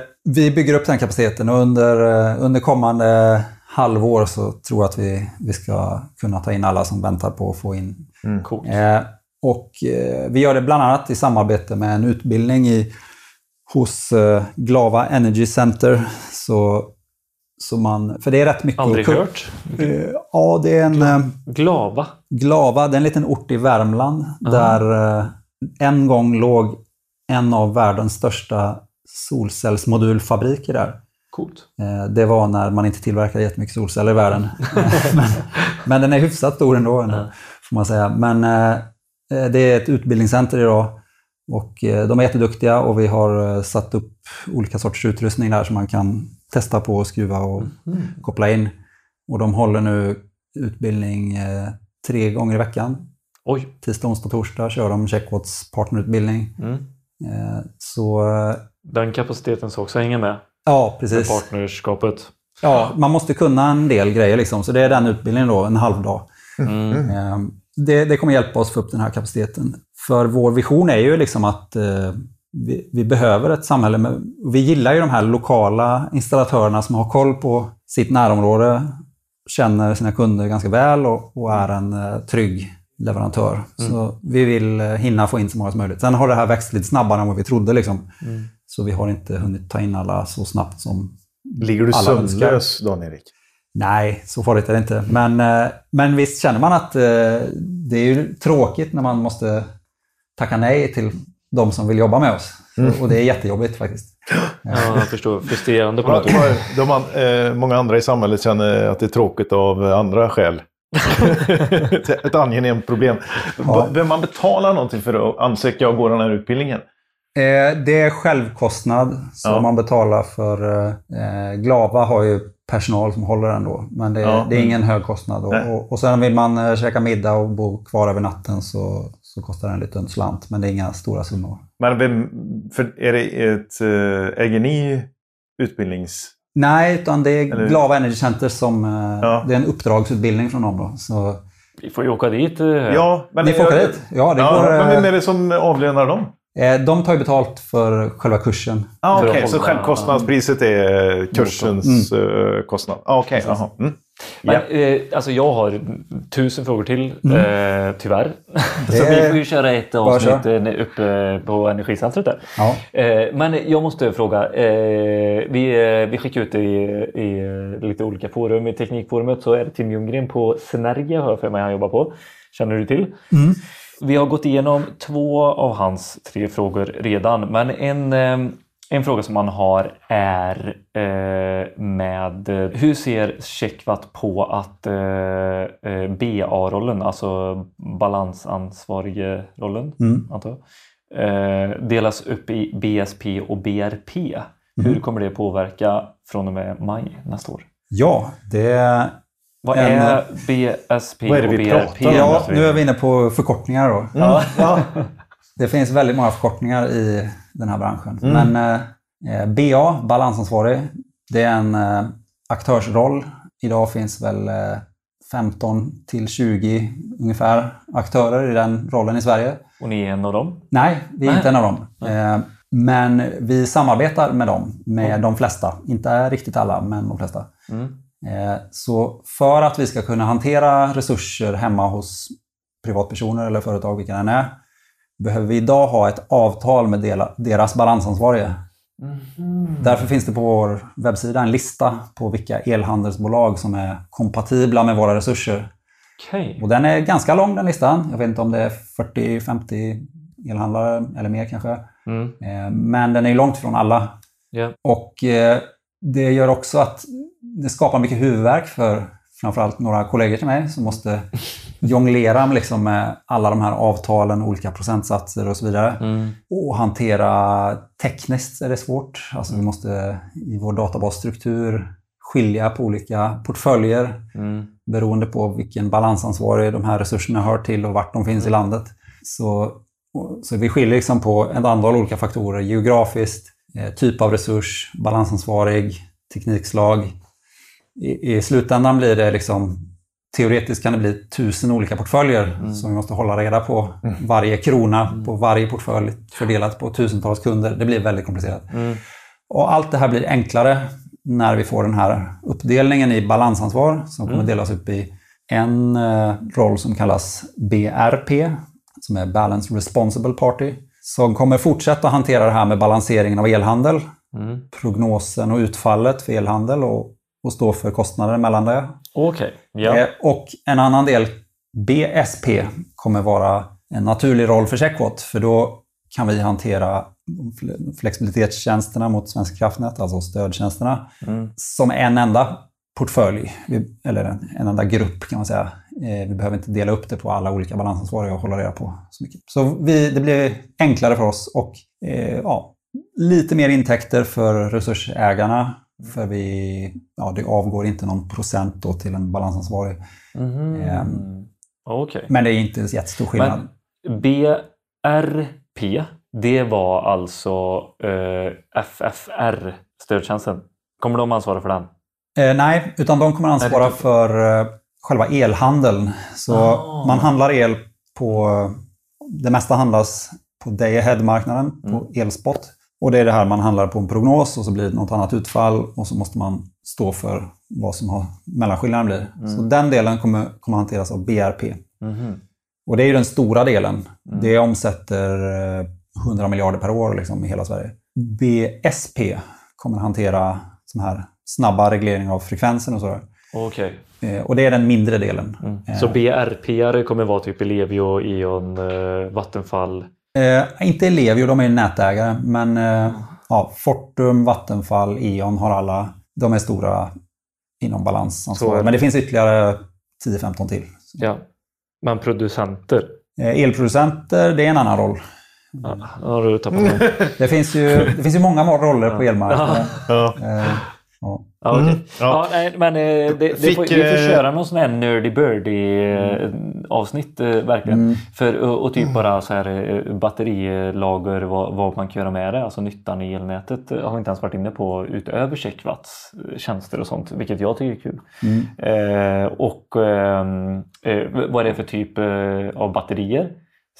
vi bygger upp den kapaciteten och under, under kommande halvår så tror jag att vi, vi ska kunna ta in alla som väntar på att få in. Mm, coolt. Och vi gör det bland annat i samarbete med en utbildning i, hos Glava Energy Center. Så Så man, för det är rätt mycket... Aldrig hört? Ja, det är en... Glava? Glava, det är en liten ort i Värmland. Uh-huh. Där en gång låg en av världens största solcellsmodulfabriker där. Coolt. Det var när man inte tillverkade jättemycket solceller i världen. men, men den är hyfsat stor ändå, uh-huh. får man säga. Men det är ett utbildningscenter idag. Och de är jätteduktiga och vi har satt upp olika sorters utrustning där som man kan testa på och skruva och mm. koppla in. Och de håller nu utbildning eh, tre gånger i veckan. Oj. Tisdag, onsdag, torsdag kör de Checkwatts partnerutbildning. Mm. Eh, så, Den kapaciteten ska också hänga med. Ja, precis. Med partnerskapet. Ja, man måste kunna en del grejer liksom. Så det är den utbildningen då, en halv dag. Mm. Eh, det, det kommer hjälpa oss att få upp den här kapaciteten. För vår vision är ju liksom att eh, Vi, vi behöver ett samhälle med, vi gillar ju de här lokala installatörerna som har koll på sitt närområde, känner sina kunder ganska väl och, och är en uh, trygg leverantör. Mm. Så vi vill uh, hinna få in så många som möjligt. Sen har det här växt lite snabbare än vad vi trodde liksom. Mm. Så vi har inte hunnit ta in alla så snabbt som Ligger du alla önskar. sömnlös, Dan-Erik? Nej, så farligt är det inte. Men, uh, men visst känner man att uh, det är ju tråkigt när man måste tacka nej till de som vill jobba med oss. Mm. Och det är jättejobbigt faktiskt. Ja, jag förstår. Frustrerande på något de, de, de, Många andra i samhället känner att det är tråkigt av andra skäl. Ett angenämt problem. Ja. Vem man betalar någonting för att ansöka och gå den här utbildningen? Eh, det är självkostnad som ja. man betalar för. Eh, Glava har ju personal som håller den då. Men det, ja. det är ingen hög kostnad. Och, och, och sen vill man eh, käka middag och bo kvar över natten så, så kostar det en liten slant. Men det är inga stora summor. Men vem, för är det ett äh, äger ni utbildnings... Nej, utan det är Eller... Glava Energy Center som... Äh, ja. Det är en uppdragsutbildning från dem då. Så... Vi får ju åka dit. Äh... Ja, men... Ni får åka dit? Ja, det ja, går... Men vem är det som avlönar dem? De tar ju betalt för själva kursen. Ah, Okej, okay. Så självkostnadspriset är kursens mm. kostnad? Ah, Okej, okay. mm. Men, ja. eh, alltså jag har tusen frågor till, mm. eh, tyvärr. Det... Så vi får ju köra ett avsnitt uppe på Energicentret där. Ja. Eh, men jag måste fråga. Eh, vi, vi skickar ut i, i lite olika forum. I Teknikforumet så är det Tim Ljunggren på Synergia, hör för mig han jobbar på. Känner du till? Mm. Vi har gått igenom två av hans tre frågor redan. Men en... Eh, En fråga som man har är eh, med hur ser Checkwatt på att eh, B A-rollen, alltså balansansvarige rollen, mm. antar jag, eh, delas upp i B S P och B R P. Mm. Hur kommer det påverka från och med maj nästa år? Ja, det är... Vad är B S P och B R P? Ja, nu är vi inne på förkortningar då. Mm. Ja. Ja. Det finns väldigt många förkortningar i den här branschen. Mm. Men eh, B A, balansansvarig, det är en eh, aktörsroll. Idag finns väl eh, femton till tjugo ungefär aktörer i den rollen i Sverige. Och ni är en av dem? Nej, vi är Nej. inte en av dem. Eh, men vi samarbetar med dem, med mm. de flesta. Inte riktigt alla, men de flesta. Mm. Eh, så för att vi ska kunna hantera resurser hemma hos privatpersoner eller företag, vilka den är, behöver vi idag ha ett avtal med deras balansansvariga. Mm. Därför finns det på vår webbsida en lista på vilka elhandelsbolag som är kompatibla med våra resurser. Okay. Och den är ganska lång, den listan. Jag vet inte om det är fyrtio femtio elhandlare eller mer kanske. Mm. Men den är långt från alla. Yeah. Och det gör också att det skapar mycket huvudvärk för framförallt några kollegor till mig som måste jonglera med, liksom, med alla de här avtalen, olika procentsatser och så vidare. Mm. Och hantera tekniskt är det svårt. Alltså vi måste i vår databasstruktur skilja på olika portföljer mm. beroende på vilken balansansvarig de här resurserna hör till och vart de finns mm. i landet. Så, så vi skiljer liksom på ett antal olika faktorer. Geografiskt, typ av resurs, balansansvarig, teknikslag. i, i slutändan blir det liksom, teoretiskt kan det bli tusen olika portföljer mm. som vi måste hålla reda på. Mm. Varje krona mm. på varje portfölj fördelat på tusentals kunder. Det blir väldigt komplicerat. Mm. Och allt det här blir enklare när vi får den här uppdelningen i balansansvar som kommer mm. delas upp i en eh, roll som kallas B R P, som är Balance Responsible Party, som kommer fortsätta hantera det här med balanseringen av elhandel, mm. prognosen och utfallet för elhandel och, och stå för kostnader mellan det. Okej, okay. ja. Eh, och en annan del, B S P, kommer vara en naturlig roll för Checkwatt, för då kan vi hantera flexibilitetstjänsterna mot Svenska kraftnät, alltså stödtjänsterna, mm. som en enda portfölj, eller en, en enda grupp kan man säga. Eh, vi behöver inte dela upp det på alla olika balansansvariga och hålla reda på så mycket. Så vi, det blir enklare för oss och eh, ja, lite mer intäkter för resursägarna, för vi, ja, det avgår inte någon procent då till en balansansvarig. Mm. Eh, okay. Men det är inte jättestor skillnad. Men B R P, det var alltså eh, F F R-stödtjänsten. Kommer de ansvara för den? Eh, nej, utan de kommer ansvara nej, för eh, själva elhandeln. Så oh. man handlar el på, det mesta handlas på day-ahead-marknaden, mm. på elspot. Och det är det här man handlar på en prognos och så blir det något annat utfall och så måste man stå för vad som har mellanskillnaden blir. Mm. Så den delen kommer, kommer hanteras av B R P. Mm. Och det är ju den stora delen. Mm. Det omsätter hundra miljarder per år liksom, i hela Sverige. B S P kommer hantera sån här snabba reglering av frekvensen och sådär. Okej. Eh, och det är den mindre delen. Mm. Eh. Så B R P kommer vara typ Ellevio, E.ON, eh, Vattenfall? Eh, inte Ellevio, de är nätägare. Men eh, ja, Fortum, Vattenfall, E.ON har alla. De är stora inom balansansvar. Men det finns ytterligare tio femton till. Ja. Men producenter? Eh, elproducenter, det är en annan roll. Ja, har du tappat mm. det, finns ju, det finns ju många roller på elmarknaden. Ja. Eh, ja. Ja, okay. mm. ja. Ja, nej, men det, det Fick, får, vi får köra någon sån här nerdy birdie mm. avsnitt verkligen. Mm. För, och, och typ bara så här batterilager, vad, vad man kan göra med det. Alltså nyttan i elnätet har vi inte ens varit inne på utöver Checkvatts tjänster och sånt. Vilket jag tycker är kul. Mm. Eh, och eh, vad är det för typ av batterier?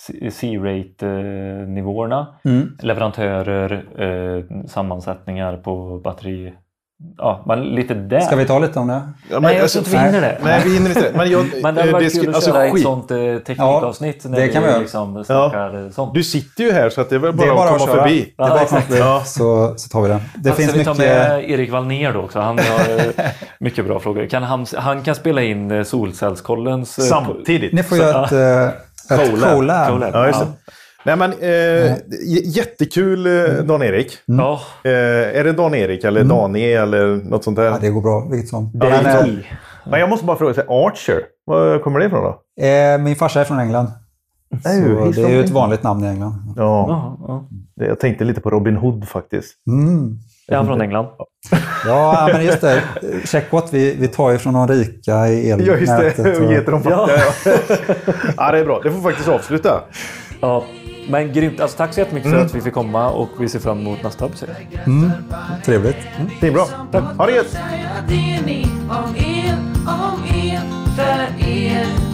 C-rate-nivåerna. Mm. Leverantörer, eh, sammansättningar på batteri. Ja, men lite där. Ska vi ta lite om det? Ja, men, nej, jag alltså, tror inte vi hinner det. Nej, vi hinner inte. Men, jag, men det var kul att alltså, köra skit. ett sånt eh, teknikavsnitt ja, när det vi kan vi liksom snackar ja. sånt. Du sitter ju här så att det är väl bara, det är bara att komma att förbi. Det är bara att komma förbi. Ja. Så, så tar vi det. Det alltså, finns vi mycket... tar med Erik Wallner då också. Han har mycket bra frågor. Kan han, han kan spela in Solcellskollens... Samtidigt. Ni får så, göra ett, äh, ett collab. Ja, just det. Nej, men, eh, jättekul eh, Dan-Erik. Mm. Ja. Eh, är det Dan-Erik eller mm. Dani eller något sånt där? Ja, det går bra. Vilket som. Ja, men, är... men jag måste bara fråga sig, Archer, var kommer det ifrån då? Eh, min farsa är från England. Så mm. det är ju ett vanligt namn i England. Ja. Ja, ja. Jag tänkte lite på Robin Hood faktiskt. Mm. Är han från England? Ja, men just det. Checkwatt, vi, vi tar ju från de rika i elnätet. Ja, just det. Och ger till de fattiga. Ja. Ja, det är bra. Det får faktiskt avsluta. Ja, men grymt. Alltså, tack så jättemycket mm. för att vi fick komma och vi ser fram emot nästa besök. Mm. Trevligt. Mm. Det är bra. Tack. Ha det gött! Om el, om el, för er.